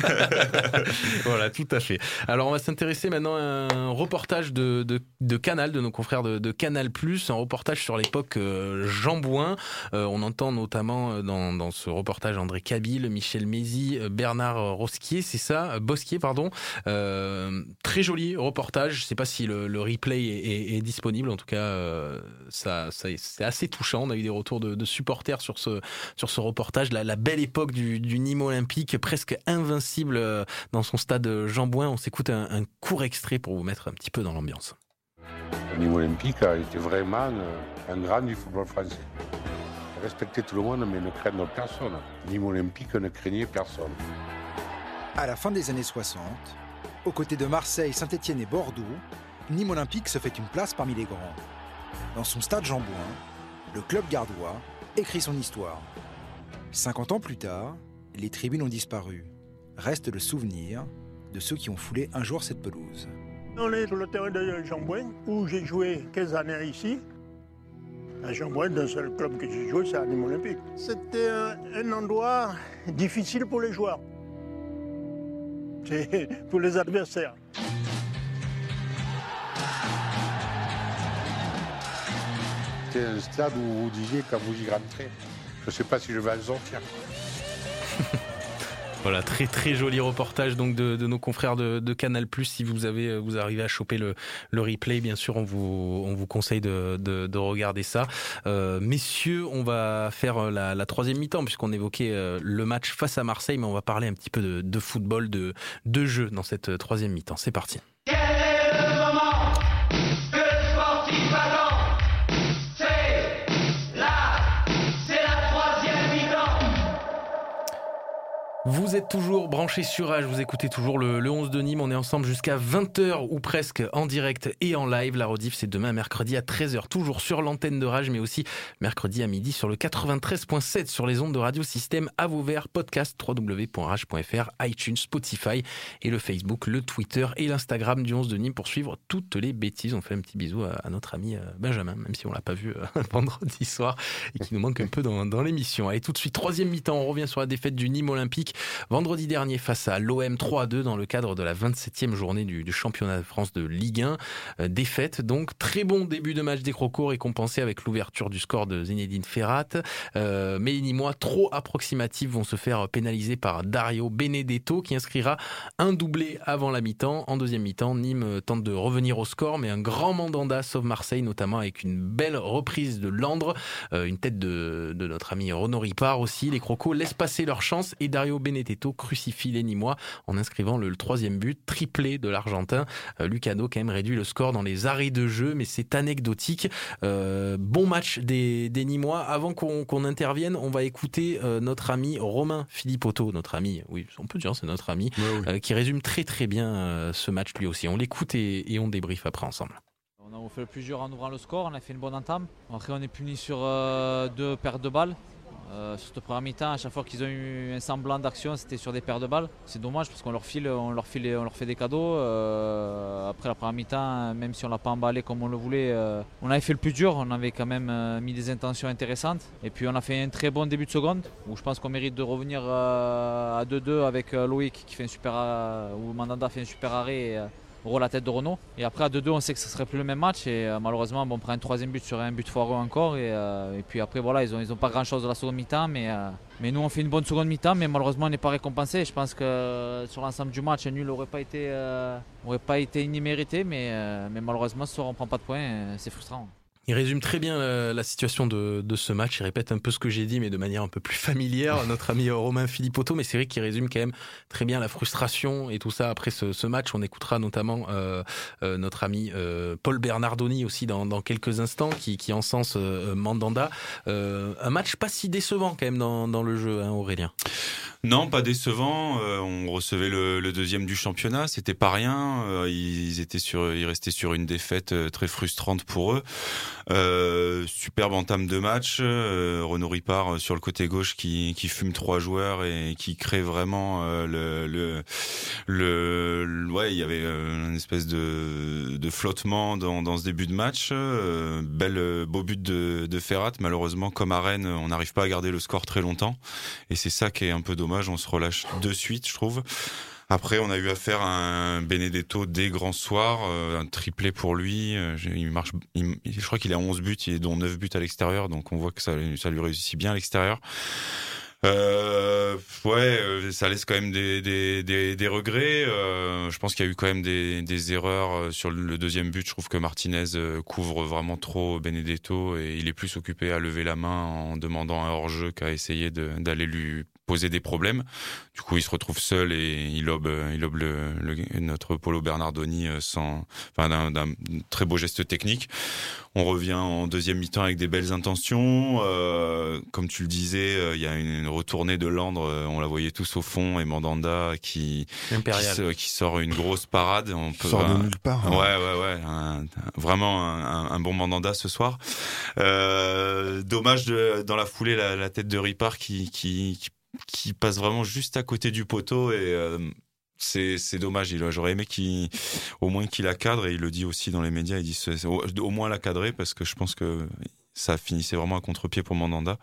même. Voilà, tout à fait. Alors on va s'intéresser maintenant à un reportage de de, de Canal, de nos confrères de, de Canal Plus, un reportage sur l'époque euh, Jean Bouin. Euh, on entend notamment dans dans ce reportage André Cabil, Michel Mézy, Bernard Rosquier, c'est ça, Bosquier, pardon. Euh, très joli reportage. Je sais pas si le, le replay est, est, est disponible. En tout cas, euh, ça, ça, c'est assez touchant. On a eu des retours de, de supporters sur ce, sur ce reportage. La, la belle époque du, du Nîmes Olympique, presque invincible dans son stade Jean Bouin. On s'écoute un, un court extrait pour vous mettre un petit peu dans l'ambiance. Le Nîmes Olympique a été vraiment un grand du football français. respecter tout le monde, mais ne craindre personne. Nîmes Olympique ne craignait personne. À la fin des années soixante, aux côtés de Marseille, Saint-Étienne et Bordeaux, Nîmes Olympique se fait une place parmi les grands. Dans son stade Jean Bouin, le club gardois écrit son histoire. cinquante ans plus tard, les tribunes ont disparu. Reste le souvenir de ceux qui ont foulé un jour cette pelouse. On est sur le terrain de Jean Bouin, où j'ai joué quinze années ici. À Jean Bouin, d'un seul club que j'ai joué, c'est à Nîmes Olympique. C'était un, un endroit difficile pour les joueurs. C'est pour les adversaires. C'était un stade où vous disiez quand vous y rentrez, je ne sais pas si je vais en sortir. Voilà, très très joli reportage donc de, de nos confrères de, de Canal+. Si vous avez vous arrivez à choper le, le replay, bien sûr, on vous on vous conseille de, de, de regarder ça. Euh, messieurs, on va faire la, la troisième mi-temps puisqu'on évoquait euh, le match face à Marseille, mais on va parler un petit peu de, de football, de, de jeu dans cette troisième mi-temps. C'est parti. Quel est le moment que le sportif attend? C'est là, c'est la troisième mi-temps. Vous êtes toujours branchés sur Rage, vous écoutez toujours le, le onze de Nîmes, on est ensemble jusqu'à vingt heures ou presque en direct et en live. La rediff c'est demain mercredi à treize heures, toujours sur l'antenne de Rage, mais aussi mercredi à midi sur le quatre-vingt-treize virgule sept sur les ondes de Radio Système à Vauvert, podcast w w w point rage point f r, iTunes, Spotify et le Facebook, le Twitter et l'Instagram du onze de Nîmes pour suivre toutes les bêtises. On fait un petit bisou à, à notre ami Benjamin, même si on l'a pas vu euh, vendredi soir et qui nous manque un peu dans, dans l'émission. Allez, tout de suite, troisième mi-temps, on revient sur la défaite du Nîmes Olympique vendredi dernier face à l'O M trois à deux dans le cadre de la vingt-septième journée du, du championnat de France de Ligue un. Euh, défaite donc, très bon début de match des Crocos récompensé avec l'ouverture du score de Zinedine Ferrat. Euh, mais les Nîmois trop approximatifs vont se faire pénaliser par Dario Benedetto qui inscrira un doublé avant la mi-temps. En deuxième mi-temps, Nîmes tente de revenir au score, mais un grand Mandanda sauve Marseille, notamment avec une belle reprise de Landre, euh, une tête de, de notre ami Renaud Ripard aussi. Les Crocos laissent passer leur chance et Dario Benedetto crucifie les Nîmois en inscrivant le, le troisième but, triplé de l'Argentin. Euh, Lucano quand même réduit le score dans les arrêts de jeu, mais c'est anecdotique. Euh, bon match des, des Nîmois. Avant qu'on, qu'on intervienne, on va écouter euh, notre ami Romain Philippotto, notre ami, oui, on peut dire c'est notre ami, ouais, oui. euh, qui résume très très bien euh, ce match lui aussi. On l'écoute et, et on débriefe après ensemble. On a fait le plus dur en ouvrant le score, on a fait une bonne entame. Après on est puni sur euh, deux pertes de balles. Euh, sur cette première mi-temps, à chaque fois qu'ils ont eu un semblant d'action, c'était sur des paires de balles. C'est dommage parce qu'on leur file, on leur file, on leur fait des cadeaux. Euh, après la première mi-temps, même si on l'a pas emballé comme on le voulait, euh, on avait fait le plus dur. On avait quand même euh, mis des intentions intéressantes. Et puis on a fait un très bon début de seconde où je pense qu'on mérite de revenir euh, à deux deux avec euh, Loïc qui fait un super, euh, où Mandanda fait un super arrêt. Et, euh, la tête de Renaud. Et après à deux deux on sait que ce ne serait plus le même match et euh, malheureusement bon, on prend un troisième but sur un but foireux encore et, euh, et puis après voilà ils n'ont ils ont pas grand chose de la seconde mi-temps mais, euh, mais nous on fait une bonne seconde mi-temps mais malheureusement on n'est pas récompensé. Je pense que euh, sur l'ensemble du match un nul n'aurait pas été, euh, aurait pas été immérité mais, euh, mais malheureusement ce soir on ne prend pas de points, euh, c'est frustrant. Il résume très bien la, la situation de, de ce match. Il répète un peu ce que j'ai dit, mais de manière un peu plus familière, notre ami Romain Philippotto. Mais c'est vrai qu'il résume quand même très bien la frustration et tout ça après ce, ce match. On écoutera notamment euh, euh, notre ami euh, Paul Bernardoni aussi dans, dans quelques instants, qui, qui encense euh, Mandanda. Euh, un match pas si décevant quand même dans, dans le jeu, hein, Aurélien. Non, pas décevant. Euh, on recevait le, le deuxième du championnat, c'était pas rien. Euh, ils étaient sur, ils restaient sur une défaite euh, très frustrante pour eux. Euh, superbe entame de match. Euh, Renaud Ripard sur le côté gauche qui, qui fume trois joueurs et qui crée vraiment euh, le, le, le, le, ouais, il y avait euh, une espèce de, de flottement dans, dans ce début de match. Euh, bel, beau but de, de Ferrat. Malheureusement, comme à Rennes, on n'arrive pas à garder le score très longtemps. Et c'est ça qui est un peu dommage. On se relâche de suite, je trouve. Après, on a eu affaire à un Benedetto dès grand soir, euh, un triplé pour lui. Euh, il marche, il, je crois qu'il a onze buts, dont neuf buts à l'extérieur, donc on voit que ça, ça lui réussit bien à l'extérieur. Euh, ouais, ça laisse quand même des des des, des regrets. Euh, je pense qu'il y a eu quand même des des erreurs sur le deuxième but. Je trouve que Martinez couvre vraiment trop Benedetto et il est plus occupé à lever la main en demandant un hors-jeu qu'à essayer de, d'aller lui poser des problèmes. Du coup, il se retrouve seul et il lobe, il lobe le, le, notre Paulo Bernardoni sans, enfin, d'un, d'un très beau geste technique. On revient en deuxième mi-temps avec des belles intentions. Euh, comme tu le disais, il y a une retournée de Landre. On la voyait tous au fond et Mandanda qui, qui, qui sort une grosse parade. On peut, sort de nulle part. Hein. Ouais, ouais, ouais. Un, un, vraiment un, un bon Mandanda ce soir. Euh, dommage de, dans la foulée la, la tête de Ripard qui, qui, qui qui passe vraiment juste à côté du poteau et euh, c'est c'est dommage. Il, j'aurais aimé qu'il au moins qu'il la cadre et il le dit aussi dans les médias. Il dit c'est, c'est, au, au moins la cadrer parce que je pense que ça finissait vraiment à contre-pied pour Mandanda.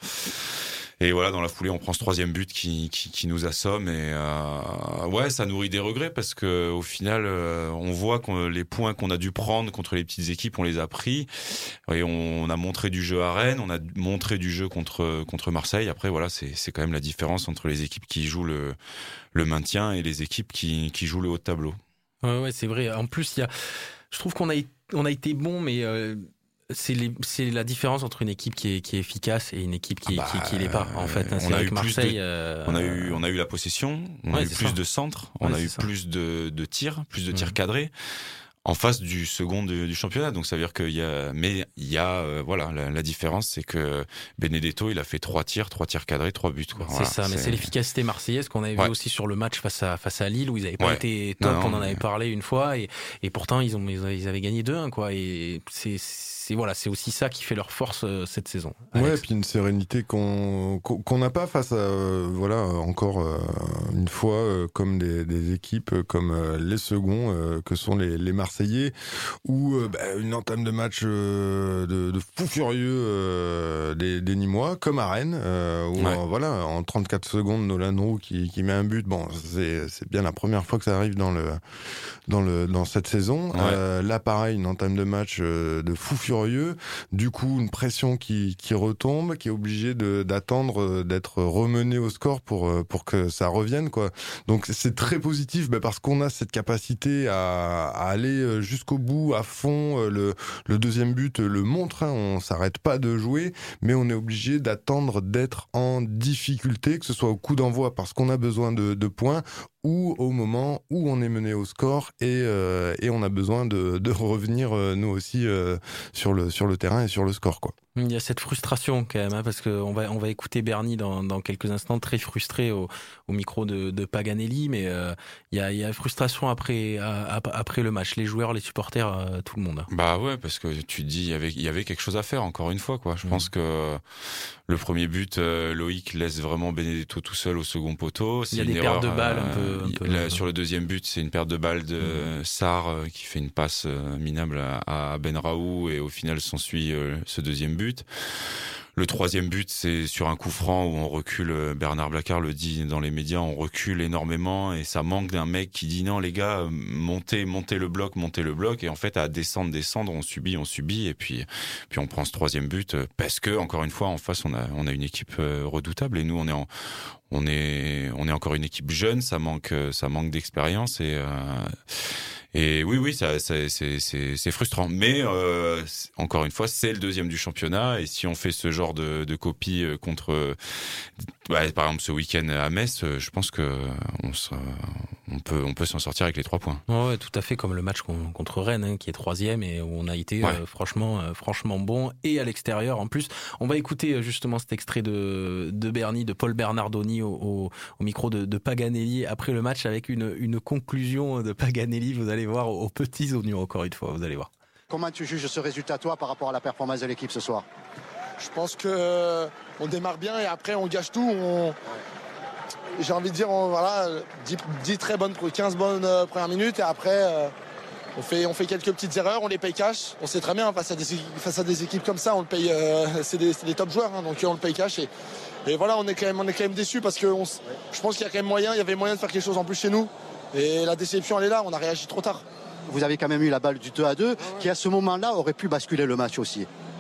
Et voilà, dans la foulée, on prend ce troisième but qui qui, qui nous assomme et euh, ouais, ça nourrit des regrets parce que au final, euh, on voit que les points qu'on a dû prendre contre les petites équipes, on les a pris et on, on a montré du jeu à Rennes, on a montré du jeu contre contre Marseille. Après, voilà, c'est c'est quand même la différence entre les équipes qui jouent le le maintien et les équipes qui qui jouent le haut de tableau. Ouais, ouais, c'est vrai. En plus, il y a, je trouve qu'on a on a été bon, mais euh... C'est, les, c'est la différence entre une équipe qui est, qui est efficace et une équipe qui, ah bah, qui, qui l'est pas, en fait. Hein, c'est on, a vrai eu que Marseille, de, euh, on a eu, on a eu la possession, on ouais, a eu plus ça. de centres, on ouais, a eu ça. plus de, de tirs, plus de tirs mmh. cadrés. En face du second du, du championnat, donc ça veut dire qu'il y a, mais il y a, euh, voilà, la, la différence, c'est que Benedetto, il a fait trois tirs, trois tirs cadrés, trois buts, quoi. C'est voilà, ça, c'est... mais c'est l'efficacité marseillaise qu'on avait ouais. vu aussi sur le match face à face à Lille où ils n'avaient pas ouais. été top, non, non, on en mais... avait parlé une fois et et pourtant ils ont ils avaient gagné deux un quoi et c'est c'est voilà, c'est aussi ça qui fait leur force euh, cette saison. Alex. Ouais, et puis une sérénité qu'on qu'on n'a pas face à euh, voilà encore euh, une fois euh, comme des, des équipes comme euh, les seconds euh, que sont les, les Marseillais ou euh, bah, une entame de match euh, de, de fou furieux euh, des, des Nîmois comme à Rennes euh, où ouais. euh, voilà en trente-quatre secondes Nolan Roux qui, qui met un but. Bon, c'est c'est bien la première fois que ça arrive dans le dans le dans cette saison. Ouais. Euh, là pareil, une entame de match euh, de fou furieux. Du coup, une pression qui, qui retombe, qui est obligée de, d'attendre d'être remené au score pour, pour que ça revienne, quoi. Donc, c'est très positif, bah, parce qu'on a cette capacité à, à aller jusqu'au bout, à fond. Le, le deuxième but le montre, hein, on s'arrête pas de jouer, mais on est obligé d'attendre d'être en difficulté, que ce soit au coup d'envoi parce qu'on a besoin de, de points, ou au moment où on est mené au score et euh, et on a besoin de de revenir euh, nous aussi euh, sur le sur le terrain et sur le score, quoi. Il y a cette frustration quand même, hein, parce que on va on va écouter Bernie dans dans quelques instants, très frustré au au micro de de Paganelli, mais euh, il y a il y a frustration après à, après le match, les joueurs, les supporters, euh, tout le monde. Bah ouais, parce que tu te dis il y avait il y avait quelque chose à faire encore une fois, quoi. Je mmh. pense que le premier but, euh, Loïc laisse vraiment Benedetto tout seul au second poteau. C'est il y a une des erreur, pertes de balles un euh, peu. Un peu là, sur le deuxième but, c'est une perte de balle de mmh. Sarr euh, qui fait une passe euh, minable à, à Benraoult et au final s'ensuit euh, ce deuxième but. Le troisième but, c'est sur un coup franc où on recule. Bernard Blacard le dit dans les médias, on recule énormément et ça manque d'un mec qui dit non les gars, montez, montez le bloc, montez le bloc. Et en fait, à descendre, descendre, on subit, on subit et puis puis on prend ce troisième but parce que encore une fois en face on a on a une équipe redoutable et nous on est en on est on est encore une équipe jeune. Ça manque ça manque d'expérience et euh, Et oui, oui, ça, ça, c'est, c'est, c'est frustrant. Mais euh, encore une fois, c'est le deuxième du championnat. Et si on fait ce genre de, de copie contre, bah, par exemple, ce week-end à Metz, je pense que on, sera, on peut, on peut s'en sortir avec les trois points. Ouais, tout à fait, comme le match contre Rennes, hein, qui est troisième et où on a été ouais. euh, franchement, euh, franchement bon. Et à l'extérieur, en plus, on va écouter justement cet extrait de, de Bernie, de Paul Bernardoni au, au, au micro de, de Paganelli après le match avec une, une conclusion de Paganelli. Vous allez voir aux petits oignons encore une fois, vous allez voir. Comment tu juges ce résultat toi par rapport à la performance de l'équipe ce soir? Je pense que euh, on démarre bien et après on gâche tout. On... J'ai envie de dire on, voilà dix, dix très bonnes, quinze bonnes euh, premières minutes et après euh, on fait on fait quelques petites erreurs, on les paye cash. On sait très bien face à des face à des équipes comme ça, on le paye. Euh, c'est des c'est des top joueurs, hein, donc on le paye cash et et voilà on est quand même on est quand même déçus parce que on, je pense qu'il y a quand même moyen, il y avait moyen de faire quelque chose en plus chez nous. Et la déception, elle est là, on a réagi trop tard. Vous avez quand même eu la balle du deux à deux, qui à ce moment-là aurait pu basculer le match aussi.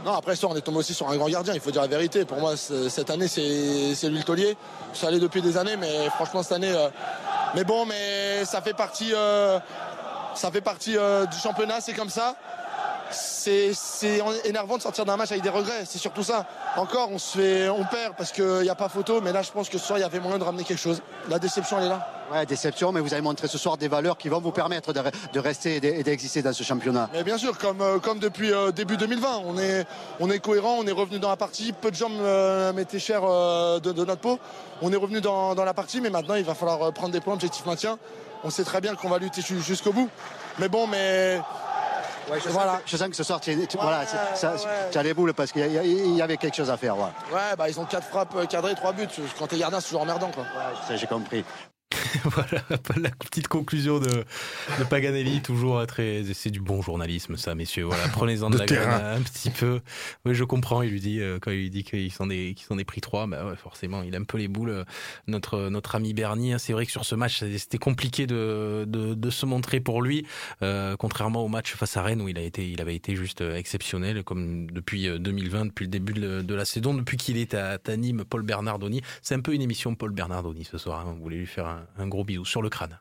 Non, après ça, on est tombé aussi sur un grand gardien, il faut dire la vérité. Pour moi, cette année, c'est, c'est lui le taulier. Ça allait depuis des années, mais franchement, cette année... Euh... Mais bon, mais ça fait partie, euh... ça fait partie euh, du championnat, c'est comme ça. C'est, c'est énervant de sortir d'un match avec des regrets, c'est surtout ça. Encore, on se fait, on perd parce qu'il n'y a pas photo, mais là, je pense que ce soir, il y avait moyen de ramener quelque chose. La déception, elle est là. Ouais, déception, mais vous avez montré ce soir des valeurs qui vont vous permettre de, de rester et d'exister dans ce championnat. Mais bien sûr, comme, comme depuis euh, début deux mille vingt, on est, on est cohérent, on est revenu dans la partie. Peu de gens euh, mettaient cher euh, de, de notre peau. On est revenu dans, dans la partie, mais maintenant, il va falloir prendre des points, objectif maintien. On sait très bien qu'on va lutter jusqu'au bout. Mais bon, mais... Ouais, je, voilà. sens que, je sens que ce soir, tu, tu, ouais, voilà, ça, ouais. tu as les boules parce qu'il y, y, y avait quelque chose à faire. Ouais, ouais bah, ils ont quatre frappes cadrées, trois buts. Quand t'es gardien, c'est toujours emmerdant. Quoi. Ouais, ça, j'ai compris. Voilà la petite conclusion de, de Paganelli, toujours très, c'est du bon journalisme ça, messieurs. Voilà, prenez-en de, de la graine un petit peu. Oui, je comprends. Il lui dit euh, quand il lui dit qu'il s'en est qu'il s'en est pris trois, bah ouais, forcément, il a un peu les boules. Notre notre ami Bernie, hein, c'est vrai que sur ce match, c'était compliqué de de, de se montrer pour lui, euh, contrairement au match face à Rennes où il a été, il avait été juste exceptionnel, comme depuis deux mille vingt, depuis le début de, de la saison, depuis qu'il est à, à Nîmes. Paul Bernardoni, c'est un peu une émission Paul Bernardoni ce soir. Hein, vous voulez lui faire un Un gros bisou sur le crâne.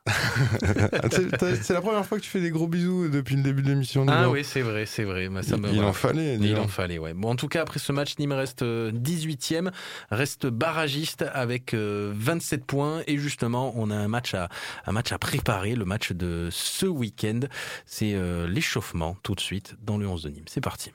c'est, c'est la première fois que tu fais des gros bisous depuis le début de l'émission. Ah oui, c'est vrai, c'est vrai. Bah, ça il me, il voilà. en fallait. Il en fallait, ouais. Bon, en tout cas, après ce match, Nîmes reste dix-huitième, reste barragiste avec vingt-sept points. Et justement, on a un match à, un match à préparer, le match de ce week-end. C'est euh, l'échauffement tout de suite dans le onze de Nîmes. C'est parti.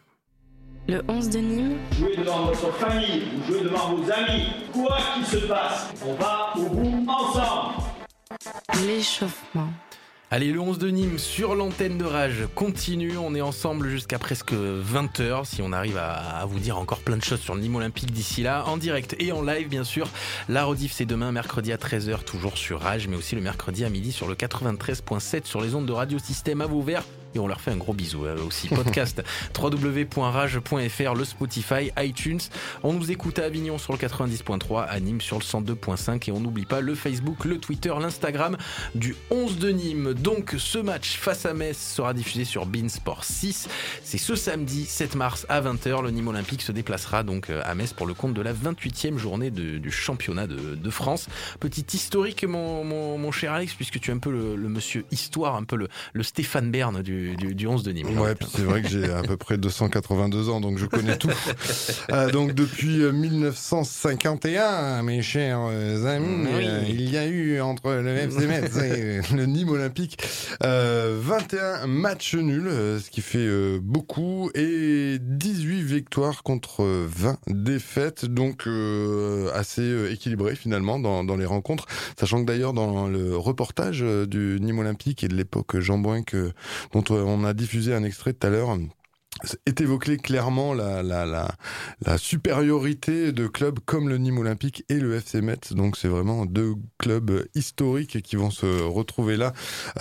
Le onze de Nîmes. Jouez devant votre famille, vous jouez devant vos amis. Quoi qu'il se passe, on va au bout ensemble. L'échauffement. Allez, le onze de Nîmes sur l'antenne de Rage continue. On est ensemble jusqu'à presque vingt heures. Si on arrive à, à vous dire encore plein de choses sur le Nîmes Olympique d'ici là, en direct et en live, bien sûr. La rediff, c'est demain, mercredi à treize heures, toujours sur Rage, mais aussi le mercredi à midi sur le quatre-vingt-treize virgule sept sur les ondes de Radio Système à Vauvert. Et on leur fait un gros bisou euh, aussi. Podcast w w w point rage point f r, le Spotify, iTunes. On nous écoute à Avignon sur le quatre-vingt-dix virgule trois, à Nîmes sur le cent deux virgule cinq. Et on n'oublie pas le Facebook, le Twitter, l'Instagram du onze de Nîmes. Donc ce match face à Metz sera diffusé sur beIN Sport six. C'est ce samedi sept mars à vingt heures. Le Nîmes Olympique se déplacera donc à Metz pour le compte de la vingt-huitième journée de, du championnat de, de France. Petit historique, mon, mon, mon cher Alex, puisque tu es un peu le, le monsieur histoire, un peu le, le Stéphane Bern du Du, du onze de Nîmes. Ouais, puis c'est vrai que j'ai à peu près deux cent quatre-vingt-deux ans, donc je connais tout. euh, donc depuis dix-neuf cent cinquante et un, mes chers amis, oui. euh, il y a eu entre le F C Metz et le Nîmes Olympique euh, vingt et un matchs nuls, euh, ce qui fait euh, beaucoup, et dix-huit victoires contre vingt défaites, donc euh, assez équilibré finalement dans, dans les rencontres, sachant que d'ailleurs dans le reportage du Nîmes Olympique et de l'époque Jean Boin, que, dont on a diffusé un extrait tout à l'heure, est évoqué clairement la, la, la, la supériorité de clubs comme le Nîmes Olympique et le F C Metz. Donc c'est vraiment deux clubs historiques qui vont se retrouver là.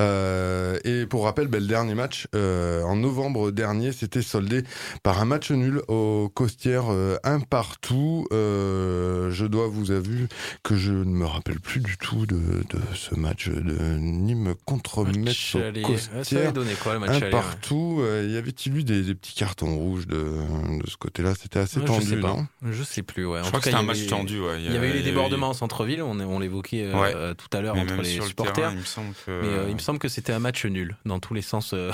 Euh, et pour rappel, ben, le dernier match, euh, en novembre dernier, c'était soldé par un match nul au Costières, euh, un partout. Euh, je dois vous avouer que je ne me rappelle plus du tout de, de ce match de Nîmes contre Metz au Costières. Ça avait donné quoi, le match un aller, partout. Ouais. Euh, y avait-il eu des, des petits cartons rouges de, de ce côté-là? C'était assez ouais, tendu, je sais pas. non? Je sais plus, ouais. En je crois que c'était un match tendu, ouais. Il y, y avait eu les débordements en centre-ville, on, on l'évoquait euh, ouais. tout à l'heure, mais entre les supporters. Terrain, il me semble que... Mais euh, il me semble que c'était un match nul, dans tous les sens euh,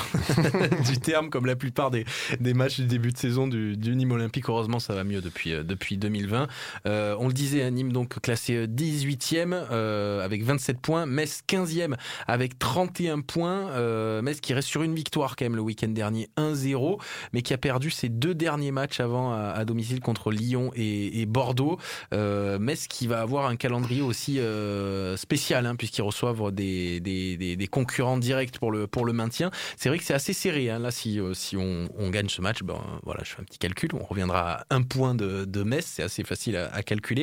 du terme, comme la plupart des, des matchs du début de saison du, du Nîmes Olympique. Heureusement, ça va mieux depuis, euh, depuis deux mille vingt. Euh, on le disait, à Nîmes, donc classé dix-huitième euh, avec vingt-sept points. Metz quinzième avec trente et un points. Euh, Metz qui reste sur une victoire quand même le week-end dernier, un zéro, mais qui a perdu ses deux derniers matchs avant à, à domicile contre Lyon et, et Bordeaux. Euh, Metz qui va avoir un calendrier aussi euh, spécial, hein, puisqu'ils reçoivent des, des, des, des concurrents directs pour le, pour le maintien. C'est vrai que c'est assez serré. Hein. Là, si, euh, si on, on gagne ce match, ben, voilà, je fais un petit calcul. On reviendra à un point de, de Metz. C'est assez facile à, à calculer.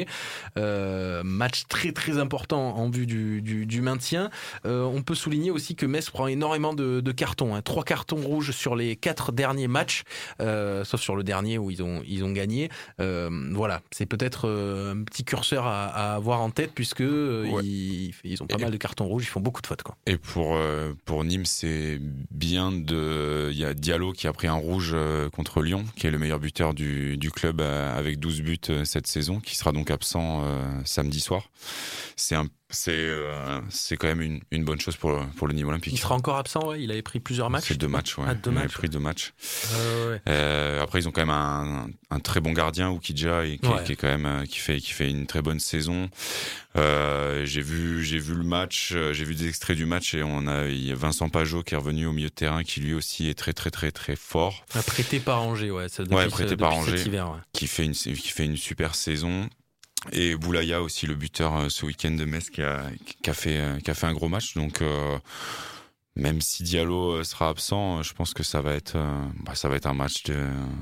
Euh, match très très important en vue du, du, du maintien. Euh, on peut souligner aussi que Metz prend énormément de, de cartons. Hein. Trois cartons rouges sur les quatre derniers matchs. matchs, euh, sauf sur le dernier où ils ont, ils ont gagné. Euh, voilà, c'est peut-être euh, un petit curseur à, à avoir en tête puisque euh, ouais. ils, ils ont pas et mal de cartons rouges, ils font beaucoup de fautes, quoi. Et pour, euh, pour Nîmes, c'est bien de... Il y a Diallo qui a pris un rouge contre Lyon, qui est le meilleur buteur du, du club avec douze buts cette saison, qui sera donc absent euh, samedi soir. C'est un C'est, euh, c'est quand même une, une bonne chose pour, pour le Nîmes Olympique. Il sera encore absent, ouais. Il avait pris plusieurs matchs. C'est deux matchs, ouais. Ah, deux il matchs. avait pris deux matchs. Euh, ouais. euh, après, ils ont quand même un, un très bon gardien, Oukidja, et qui, ouais. qui est quand même qui fait qui fait une très bonne saison. Euh, j'ai vu j'ai vu le match, j'ai vu des extraits du match et on a il y a Vincent Pajot qui est revenu au milieu de terrain, qui lui aussi est très très très très fort. Ah, prêté par Angers, ouais. Ça, depuis, ouais, prêté depuis par Angers, cet hiver, ouais. qui fait une qui fait une super saison. Et Boulaya aussi, le buteur ce week-end de Metz, qui a, qui a, fait, qui a fait un gros match. Donc, euh, même si Diallo sera absent, je pense que ça va être, euh, bah, ça va être un match de,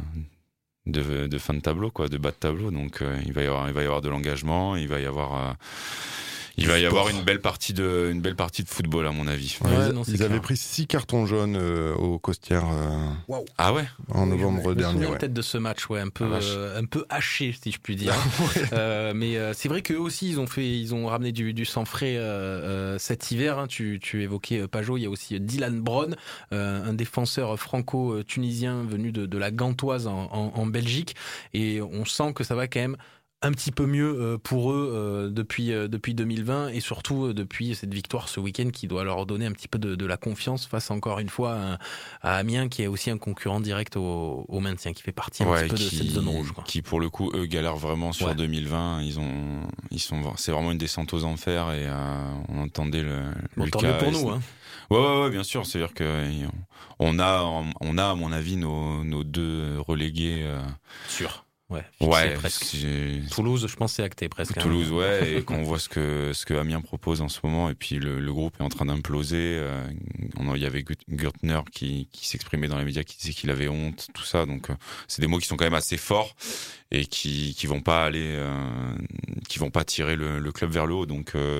de, de fin de tableau, quoi, de bas de tableau. Donc, euh, il va y avoir, il va y avoir de l'engagement, il va y avoir. Euh, Il va y avoir une belle partie de, une belle partie de football, à mon avis. Ouais, ouais, non, ils avaient pris six cartons jaunes euh, au Costières. Euh, wow. Ah ouais. En novembre je me, dernier. Je me souviens ouais. peut-être de ce match, ouais, un peu, ah, euh, un peu haché, si je puis dire. ouais. euh, mais euh, c'est vrai qu'eux aussi, ils ont fait, ils ont ramené du, du sang frais euh, euh, cet hiver. Hein. Tu, tu évoquais Pajot. Il y a aussi Dylan Brown, euh, un défenseur franco-tunisien venu de, de la Gantoise en, en, en Belgique. Et on sent que ça va quand même un petit peu mieux pour eux depuis, depuis deux mille vingt et surtout depuis cette victoire ce week-end qui doit leur donner un petit peu de, de la confiance face encore une fois à, à Amiens, qui est aussi un concurrent direct au, au maintien, qui fait partie un ouais, petit peu qui, de cette zone rouge, quoi. Qui pour le coup eux galèrent vraiment sur ouais. deux mille vingt. Ils ont, ils sont, c'est vraiment une descente aux enfers et euh, on entendait le. Bon, tant mieux pour nous, hein. Ouais, ouais, ouais, bien sûr. C'est-à-dire que on a, on a à mon avis nos, nos deux relégués. Euh, Sûr. Ouais, ouais presque. Toulouse, je pense c'est acté presque. Toulouse, hein. Ouais, et quand on voit ce que ce que Amiens propose en ce moment, et puis le, le groupe est en train d'imploser. Euh, on, il y avait Gürtner qui, qui s'exprimait dans les médias, qui disait qu'il avait honte, tout ça. Donc, euh, c'est des mots qui sont quand même assez forts et qui qui vont pas aller, euh, qui vont pas tirer le, le club vers le haut. Donc, euh,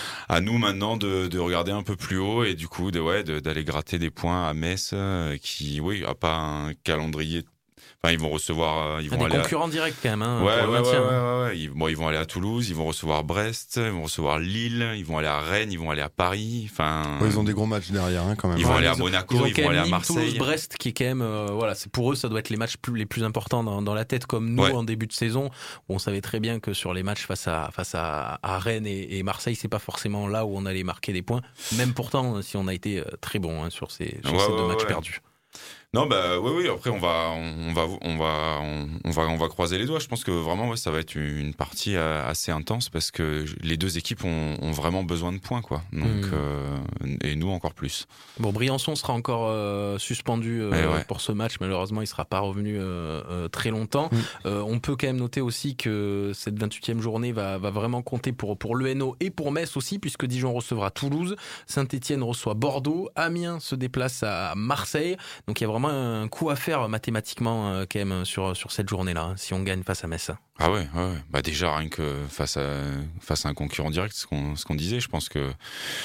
à nous maintenant de, de regarder un peu plus haut et du coup de ouais de, d'aller gratter des points à Metz, euh, qui oui a pas un calendrier. Enfin, ils vont recevoir, ils vont des aller concurrents à... directs quand même, hein, ouais, pour ouais, le maintien. Ouais, ouais, ouais. Ils, bon, ils vont aller à Toulouse, ils vont recevoir Brest, ils vont recevoir Lille, ils vont aller à Rennes, ils vont aller à Paris. Enfin, ouais, ils ont des gros matchs derrière, hein, quand même. Ils vont ouais, aller ils à Monaco, ils, ont ils vont aller à Nîmes, Marseille. Toulouse, Brest, qui est quand même, euh, voilà, c'est pour eux, ça doit être les matchs plus, les plus importants dans, dans la tête, comme nous ouais. en début de saison. Où on savait très bien que sur les matchs face à face à, à Rennes et, et Marseille, c'est pas forcément là où on allait marquer des points. Même pourtant, si on a été très bon hein, sur ces, sur ouais, ces ouais, deux ouais, matchs ouais. perdus. Non, bah oui, oui. Après, on va, on va, on va, on va, on va croiser les doigts. Je pense que vraiment, ouais, ça va être une partie assez intense parce que les deux équipes ont, ont vraiment besoin de points, quoi. Donc, mmh. euh, et nous encore plus. Bon, Briançon sera encore euh, suspendu euh, ouais. pour ce match. Malheureusement, il sera pas revenu euh, euh, très longtemps. Mmh. Euh, on peut quand même noter aussi que cette vingt-huitième journée va, va vraiment compter pour pour l'U N O et pour Metz aussi, puisque Dijon recevra Toulouse, Saint-Étienne reçoit Bordeaux, Amiens se déplace à Marseille. Donc, il y a vraiment un coup à faire mathématiquement euh, quand même sur sur cette journée-là, hein, si on gagne face à Metz. Ah ouais, ouais, bah déjà rien que face à face à un concurrent direct, ce qu'on ce qu'on disait, je pense que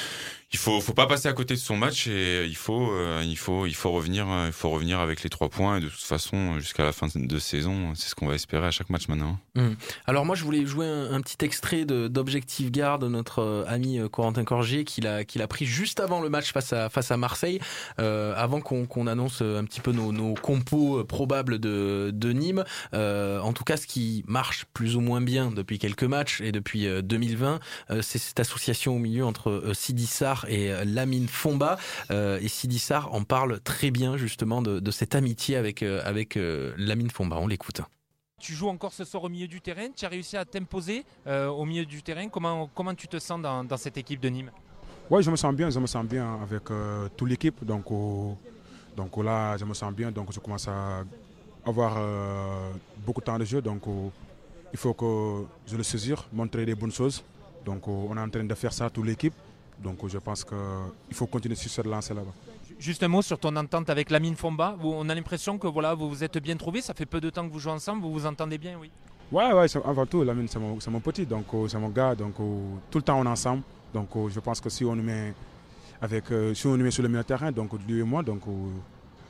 il faut faut pas passer à côté de son match et il faut euh, il faut il faut revenir il faut revenir avec les trois points et de toute façon jusqu'à la fin de saison, c'est ce qu'on va espérer à chaque match maintenant. Mmh. Alors moi je voulais jouer un, un petit extrait de d'Objectif Garde, notre euh, ami euh, Corentin Corgier qui l'a qui l'a pris juste avant le match face à face à Marseille, euh, avant qu'on qu'on annonce un petit peu nos nos compos probables de de Nîmes. Euh, en tout cas, ce qui marche plus ou moins bien depuis quelques matchs et depuis euh, deux mille vingt, euh, c'est cette association au milieu entre euh, Sidi Sarr et Lamine Fomba, euh, et Sidi Sarr en parle très bien justement de, de cette amitié avec, euh, avec euh, Lamine Fomba. On l'écoute. Tu joues encore ce soir au milieu du terrain, tu as réussi à t'imposer euh, au milieu du terrain. Comment, comment tu te sens dans, dans cette équipe de Nîmes? Oui, je me sens bien, je me sens bien avec euh, toute l'équipe. Donc, euh, donc là, je me sens bien, donc je commence à avoir euh, beaucoup de temps de jeu. Donc euh, il faut que je le saisisse, montrer les bonnes choses. Donc euh, on est en train de faire ça, toute l'équipe. Donc je pense qu'il faut continuer sur cette lancée là-bas. Juste un mot sur ton entente avec Lamine Fomba. On a l'impression que voilà, vous vous êtes bien trouvés. Ça fait peu de temps que vous jouez ensemble. Vous vous entendez bien, oui? Ouais, ouais, avant tout, Lamine, c'est mon, c'est mon petit. Donc c'est mon gars. Donc tout le temps on est ensemble. Donc je pense que si on nous met, avec, si on nous met sur le milieu de terrain, donc lui et moi, donc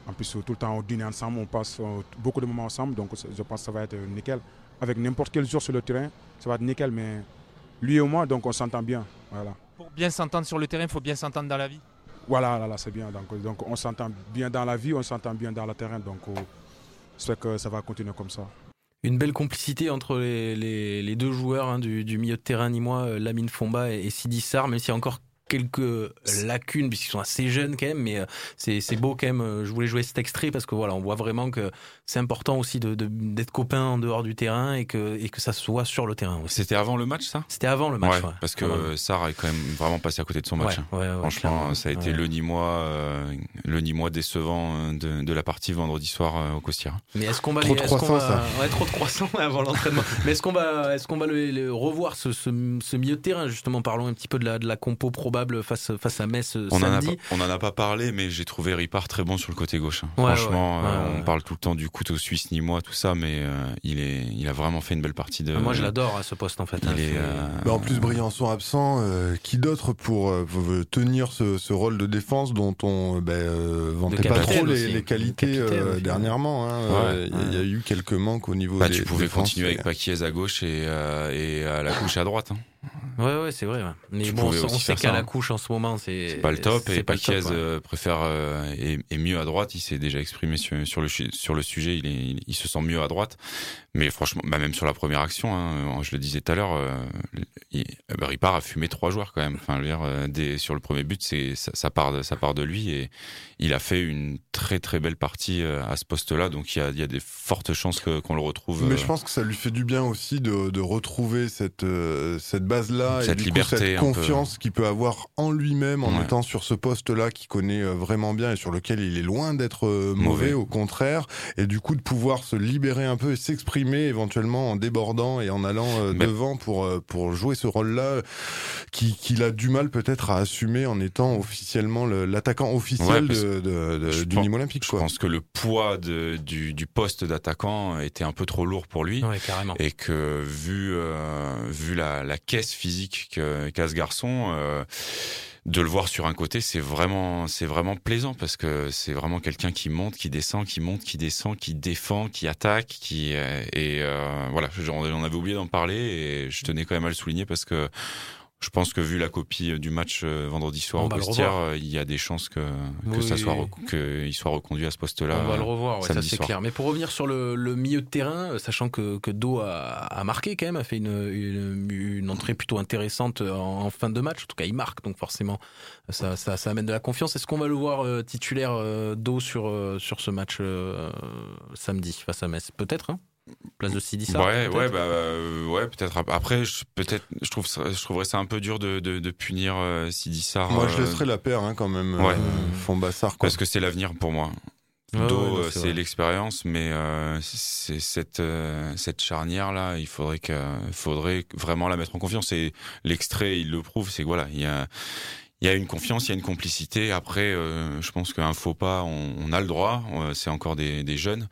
En plus, tout le temps, on dîne ensemble, on passe euh, beaucoup de moments ensemble, donc je pense que ça va être nickel. Avec n'importe quel jour sur le terrain, ça va être nickel, mais lui et moi, donc on s'entend bien. Voilà. Pour bien s'entendre sur le terrain, il faut bien s'entendre dans la vie. Voilà, là, là, c'est bien. Donc, donc on s'entend bien dans la vie, on s'entend bien dans le terrain, donc euh, j'espère que ça va continuer comme ça. Une belle complicité entre les, les, les deux joueurs hein, du, du milieu de terrain nîmois, Lamine Fomba et, et Sidi Sarr, même s'il y a encore quelques lacunes puisqu'ils sont assez jeunes quand même, mais c'est, c'est beau quand même. Je voulais jouer cet extrait parce que voilà, on voit vraiment que c'est important aussi de, de, d'être copains en dehors du terrain et que, et que ça se soit sur le terrain aussi. C'était avant le match, ça ? C'était avant le match, ouais, ouais. Parce que ouais. Sarr est quand même vraiment passé à côté de son match. Ouais, ouais, ouais, Franchement, ouais, ça a été ouais. le Nîmois, euh, le Nîmois décevant de, de la partie vendredi soir euh, au Costières. Mais est-ce qu'on va trop les, de est-ce croissant, qu'on va, ça. Ouais, trop de croissant avant l'entraînement. Mais est-ce qu'on va, est-ce qu'on va le, le revoir ce, ce, ce milieu de terrain justement? Parlons un petit peu de la, de la compo probable face, face à Metz on samedi. En a, on en a pas parlé, mais j'ai trouvé Ripard très bon sur le côté gauche. Ouais, Franchement, ouais, ouais, euh, ouais. on parle tout le temps du couteau suisse nîmois, tout ça, mais euh, il est, il a vraiment fait une belle partie de. Moi, je l'adore à ce poste en fait. Il hein, est, c'est... euh... bah, en plus, Briançon absent, euh, qui d'autre pour euh, tenir ce, ce rôle de défense dont on bah, euh, vantait pas trop les, les qualités euh, dernièrement. Hein, ouais, euh, ouais. Il y a eu quelques manques au niveau bah, des. Tu pouvais défenses, continuer et... avec Paquiez à gauche et, euh, et à la couche à droite. Hein. Ouais, ouais, c'est vrai. Ouais. Mais tu bon, on, on sait qu'à ça, la hein. couche en ce moment, c'est, c'est pas le top. C'est et Paquiez top, ouais. euh, préfère euh, et, et mieux à droite. Il s'est déjà exprimé sur, sur le sur le sujet. Il, est, il, il se sent mieux à droite. Mais franchement, bah même sur la première action, hein, je le disais tout à l'heure, euh, il, bah Ripard a fumé trois joueurs quand même. Enfin, je veux dire, euh, des, sur le premier but, c'est ça, ça part de, ça part de lui et il a fait une très très belle partie euh, à ce poste-là. Donc il y a, il y a des fortes chances que, qu'on le retrouve. Mais euh, je pense que ça lui fait du bien aussi de, de retrouver cette euh, cette base-là cette et du liberté, coup, cette confiance qu'il peut avoir en lui-même en ouais. étant sur ce poste-là qu'il connaît vraiment bien et sur lequel il est loin d'être mauvais, mauvais, au contraire, et du coup de pouvoir se libérer un peu et s'exprimer éventuellement en débordant et en allant euh, Mais... devant pour pour jouer ce rôle-là qui, qu'il a du mal peut-être à assumer en étant officiellement le, l'attaquant officiel ouais, de, de, de, du Nîmes Olympique. Je quoi. pense que le poids de, du, du poste d'attaquant était un peu trop lourd pour lui, ouais, carrément. Et que vu euh, vu la, la caisse physique que, qu'a ce garçon, euh, de le voir sur un côté, c'est vraiment c'est vraiment plaisant parce que c'est vraiment quelqu'un qui monte, qui descend, qui monte, qui descend, qui défend, qui attaque, qui et euh, voilà, j'en avais oublié d'en parler et je tenais quand même à le souligner parce que je pense que vu la copie du match vendredi soir on au Costières, il y a des chances que, que oui, ça soit oui. rec- qu'il soit reconduit à ce poste-là. On va le revoir, ouais, ça c'est soir. clair. Mais pour revenir sur le, le milieu de terrain, sachant que, que Do a, a marqué quand même, a fait une, une, une entrée plutôt intéressante en, en fin de match. En tout cas, il marque, donc forcément, ça, ça, ça amène de la confiance. Est-ce qu'on va le voir euh, titulaire euh, Do sur, euh, sur ce match euh, samedi face à Metz? Peut-être, hein? Place de Sidi Sarr. Ouais, ouais, bah, euh, ouais, peut-être. Après, je, peut-être, je trouve, ça, je trouverais ça un peu dur de, de, de punir euh, Sidi Sarr. Moi, euh, je laisserais la paire, hein, quand même. Ouais. Euh, Fomba Sarr, quoi. Parce que c'est l'avenir pour moi. Ouais, Do, ouais, ouais, c'est, c'est l'expérience, mais euh, c'est cette euh, cette charnière là, il faudrait que, faudrait vraiment la mettre en confiance. Et l'extrait, il le prouve, c'est que voilà, il y a il y a une confiance, il y a une complicité. Après, euh, je pense qu'un faux pas, on, on a le droit. Euh, c'est encore des, des jeunes,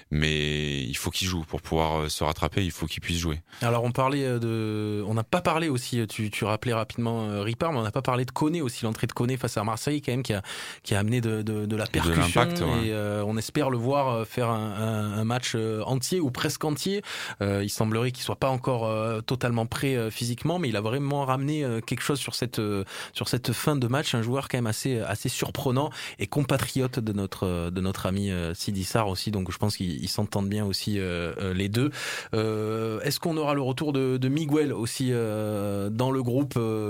mais il faut qu'ils jouent pour pouvoir se rattraper. Il faut qu'ils puissent jouer. Alors, on parlait de, on n'a pas parlé aussi. Tu, tu rappelais rapidement euh, Ripard, mais on n'a pas parlé de Koné aussi. L'entrée de Koné face à Marseille, quand même, qui a qui a amené de de, de la percussion. De l'impact, ouais. Et euh, on espère le voir faire un, un, un match entier ou presque entier. Euh, il semblerait qu'il soit pas encore euh, totalement prêt euh, physiquement, mais il a vraiment ramené euh, quelque chose sur cette euh, sur cette fin de match, un joueur quand même assez assez surprenant et compatriote de notre de notre ami euh, Sidi Sarr aussi, donc je pense qu'ils s'entendent bien aussi euh, euh, les deux. Euh, est-ce qu'on aura le retour de, de Miguel aussi euh, dans le groupe euh,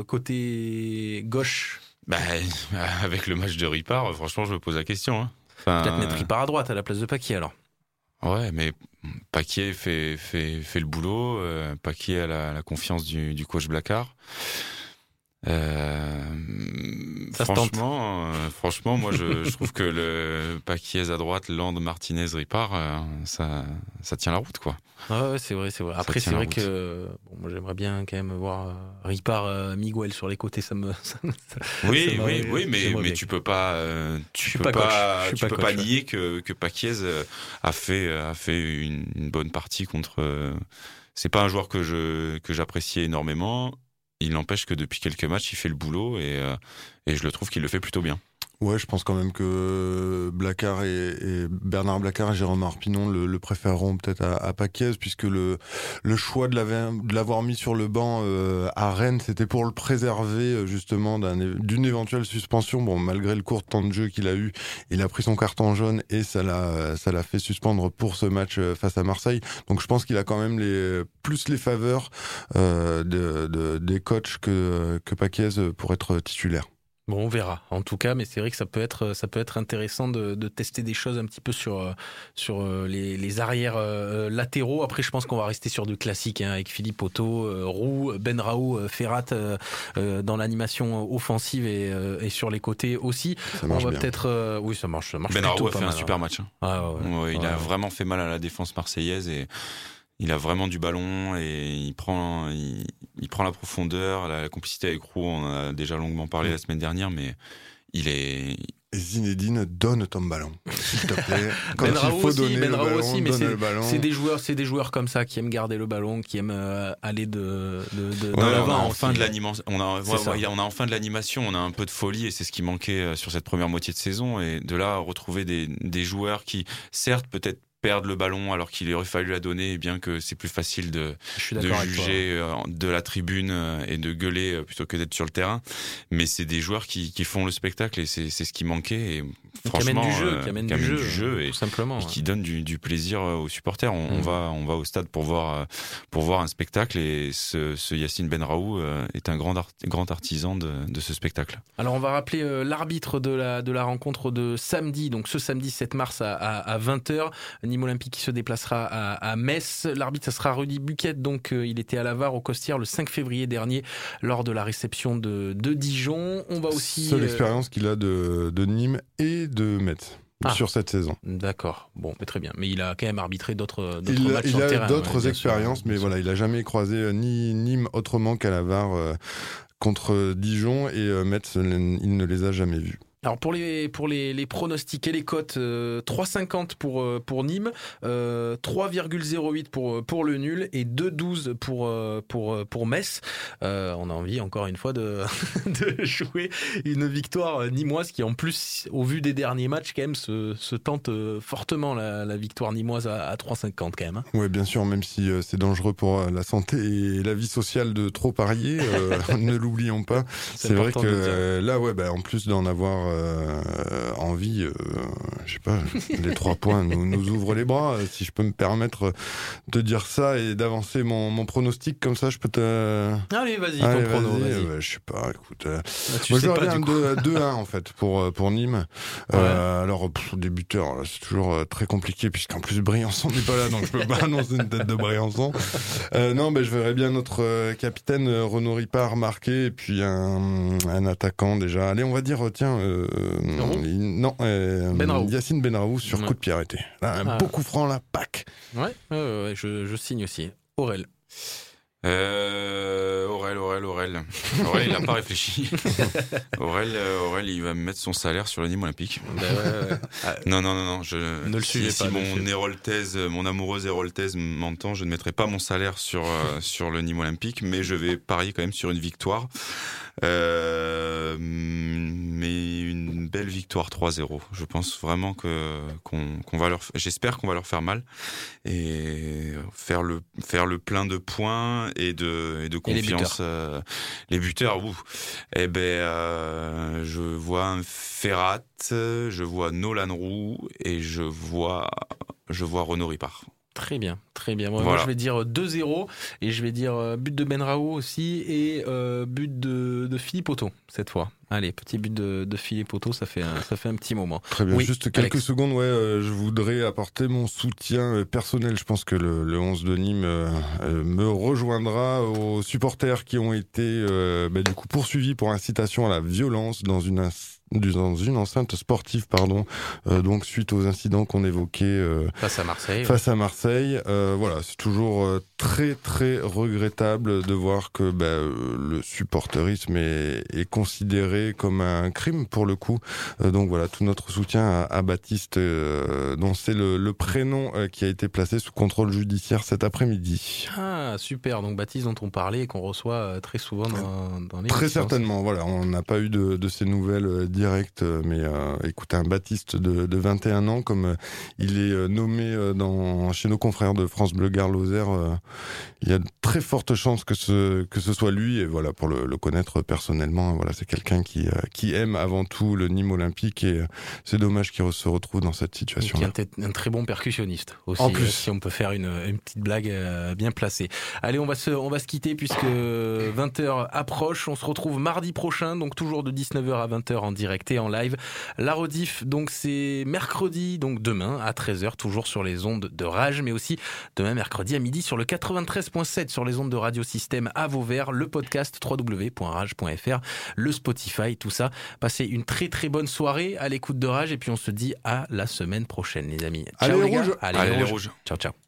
côté gauche? Bah, avec le match de Ripard, franchement, je me pose la question. Hein. Enfin, peut-être mettre Ripard à droite à la place de Paquier alors. Ouais, mais Paquier fait fait fait le boulot. Euh, Paquier a la, la confiance du, du coach Blacard. Euh, Ça franchement, euh, franchement, moi je, je trouve que le Paquiez à droite, Land, Martinez, Ripard, euh, ça, ça tient la route, quoi. Ah ouais, c'est vrai, c'est vrai. Après, c'est vrai que bon, moi j'aimerais bien quand même voir euh, Ripard, euh, Miguel sur les côtés, ça me. Ça, ça, oui, ça oui, oui, mais mais tu peux pas, euh, tu peux pas, pas tu peux pas, coach, nier ouais. que que Paquiez a fait a fait une, une bonne partie contre. Euh, c'est pas un joueur que je que j'appréciais énormément. Il n'empêche que depuis quelques matchs, il fait le boulot et, euh, et je le trouve qu'il le fait plutôt bien. Ouais, je pense quand même que Blacard et, et Bernard Blacard et Jérôme Arpinon le, le préféreront peut-être à, à Paquiez, puisque le, le choix de l'avoir, de l'avoir mis sur le banc euh, à Rennes, c'était pour le préserver justement d'un, d'une éventuelle suspension. Bon, malgré le court temps de jeu qu'il a eu, il a pris son carton jaune et ça l'a, ça l'a fait suspendre pour ce match face à Marseille. Donc je pense qu'il a quand même les, plus les faveurs euh, de, de, des coachs que, que Paquiez pour être titulaire. Bon, on verra. En tout cas, mais c'est vrai que ça peut être, ça peut être intéressant de, de tester des choses un petit peu sur, sur les, les arrières euh, latéraux. Après, je pense qu'on va rester sur du classique hein, avec Philippe Otto, euh, Roux, Benraou, euh, Ferrat euh, euh, dans l'animation offensive et, euh, et sur les côtés aussi. Ça marche on va bien. peut-être, euh, oui, ça marche. Ça marche Benraou a fait mal, un hein. super match. Hein. Ah, ouais, ouais. Ouais, il ouais, a ouais. vraiment fait mal à la défense marseillaise et il a vraiment du ballon et il prend, il, il prend la profondeur, la, la complicité avec Roux. On en a déjà longuement parlé mmh. la semaine dernière, mais il est. Et Zinedine, donne ton ballon, s'il te plaît. Quand Benraou il faut aussi, donner Benraou le ballon, aussi, mais donne c'est, le ballon. c'est des joueurs, c'est des joueurs comme ça qui aiment garder le ballon, qui aiment euh, aller de, de, de, ouais, de l'avant. On a aussi. enfin de l'animation, on a, ouais, ouais, on a enfin de l'animation, on a un peu de folie et c'est ce qui manquait sur cette première moitié de saison et de là retrouver des, des joueurs qui, certes, peut-être perdre le ballon alors qu'il aurait fallu la donner et bien que c'est plus facile de, de juger de la tribune et de gueuler plutôt que d'être sur le terrain, mais c'est des joueurs qui, qui font le spectacle et c'est, c'est ce qui manquait et franchement qui amène du jeu, euh, qui amène qui du amène jeu, du jeu et, tout simplement, et ouais. qui donne du, du plaisir aux supporters. On, mmh. on va on va au stade pour voir pour voir un spectacle et ce, ce Yacine Benraou est un grand art, grand artisan de, de ce spectacle. Alors on va rappeler euh, l'arbitre de la de la rencontre de samedi, donc ce samedi sept mars à, à, à vingt heures, Nîmes Olympique qui se déplacera à, à Metz. L'arbitre, ça sera Rudy Buquette, donc euh, il était à Lavar au Costières le cinq février dernier lors de la réception de, de Dijon. On va aussi seule euh... expérience qu'il a de, de Nîmes et de Metz. Ah, sur cette saison. D'accord, bon, mais très bien. Mais il a quand même arbitré d'autres, d'autres il matchs a, sur il le a terrain. d'autres ouais, expériences, sûr, mais voilà, il a jamais croisé euh, ni Nîmes autrement qu'à Lavar euh, contre Dijon et euh, Metz, il ne les a jamais vus. Alors pour les pour les, les pronostics et les cotes, euh, trois virgule cinquante pour euh, pour Nîmes, euh, trois virgule zéro huit pour pour le nul et deux virgule douze pour euh, pour pour Metz. Euh, on a envie encore une fois de de jouer une victoire nîmoise qui en plus au vu des derniers matchs quand même se se tente fortement la, la victoire nîmoise à, à trois virgule cinquante quand même. Hein. Oui, bien sûr, même si euh, c'est dangereux pour euh, la santé et la vie sociale de trop parier, euh, ne l'oublions pas. C'est, c'est vrai que euh, là ouais bah en plus d'en avoir euh, Euh, envie, euh, je sais pas, les trois points nous, nous ouvrent les bras, si je peux me permettre de dire ça et d'avancer mon, mon pronostic comme ça, je peux te. Allez, vas-y, Allez, ton prono, vas-y. Euh, je sais pas, écoute. Euh... Ah, tu moi, sais je pas, un deux un en fait pour pour Nîmes. Ouais. Euh, alors pff, des buteurs, là, c'est toujours très compliqué puisqu'en plus Briançon n'est pas là, donc je peux pas annoncer une tête de Briançon. Euh, non, ben bah, je verrais bien notre capitaine Renaud Ripard marquer et puis un, un attaquant déjà. Allez, on va dire tiens. Euh, Il, non, euh, Benraou. Yacine Benraou sur ouais. coup de pied arrêté. Là, un ah. beau coup franc, là, pack. Ouais, ouais, ouais je, je signe aussi. Aurel. Euh, Aurel, Aurel, Aurel. Aurel, il n'a pas réfléchi. Aurel, euh, Aurel, il va me mettre son salaire sur le Nîmes Olympique. Ben ouais, ouais. Ah, non, non, non, non. Je, ne le si, si pas, mon héroltaise, mon amoureuse héroltaise m'entend, je ne mettrai pas mon salaire sur euh, sur le Nîmes Olympique, mais je vais parier quand même sur une victoire. Euh, mais une belle victoire trois zéro. Je pense vraiment que qu'on, qu'on va leur, j'espère qu'on va leur faire mal et faire le faire le plein de points et de et de confiance. Et les buteurs, euh, les buteurs ouh. Eh ben, euh, je vois un Ferrat, je vois Nolan Roux et je vois je vois Renaud Ripard. Très bien, très bien. Moi, voilà. moi, je vais dire deux zéro et je vais dire but de Benraou aussi et euh, but de, de Philippe Otto cette fois. Allez, petit but de, de Philippe Otto, ça fait un, ça fait un petit moment. Très bien, oui, juste quelques Alex. secondes, ouais, euh, je voudrais apporter mon soutien personnel. Je pense que le, le onze de Nîmes euh, me rejoindra aux supporters qui ont été euh, bah, du coup poursuivis pour incitation à la violence dans une dans une enceinte sportive, pardon. Euh, donc suite aux incidents qu'on évoquait euh, face à Marseille. Face ouais. à Marseille, euh, voilà, c'est toujours euh, très très regrettable de voir que bah, le supporterisme est, est considéré considéré comme un crime pour le coup. Euh, donc voilà, tout notre soutien à, à Baptiste, euh, dont c'est le, le prénom euh, qui a été placé sous contrôle judiciaire cet après-midi. Ah, super. Donc Baptiste dont on parlait et qu'on reçoit euh, très souvent dans, dans les Très certainement, voilà. On n'a pas eu de, de ces nouvelles euh, directes, mais euh, écoutez, un Baptiste de, de vingt et un ans, comme euh, il est euh, nommé euh, dans, chez nos confrères de France Bleu Gard Lozère, euh, il y a de très fortes chances que ce, que ce soit lui. Et voilà, pour le, le connaître personnellement, voilà, c'est quelqu'un qui, euh, qui aime avant tout le Nîmes Olympique et euh, c'est dommage qu'il se retrouve dans cette situation. Qui est un, un très bon percussionniste aussi. En plus. Euh, si on peut faire une, une petite blague euh, bien placée. Allez, on va se, on va se quitter puisque vingt heures approche. On se retrouve mardi prochain, donc toujours de dix-neuf heures à vingt heures en direct et en live. La rediff, donc c'est mercredi, donc demain à treize heures, toujours sur les ondes de Rage, mais aussi demain mercredi à midi sur le quatre-vingt-treize virgule sept sur les ondes de Radio Système à Vauvert, le podcast w w w point rage point f r, le Spotify, tout ça. Passez une très très bonne soirée à l'écoute de Rage et puis on se dit à la semaine prochaine, les amis. Ciao Allez, les gars. rouge. Allez, Allez, les les rouges. rouges. Ciao, ciao.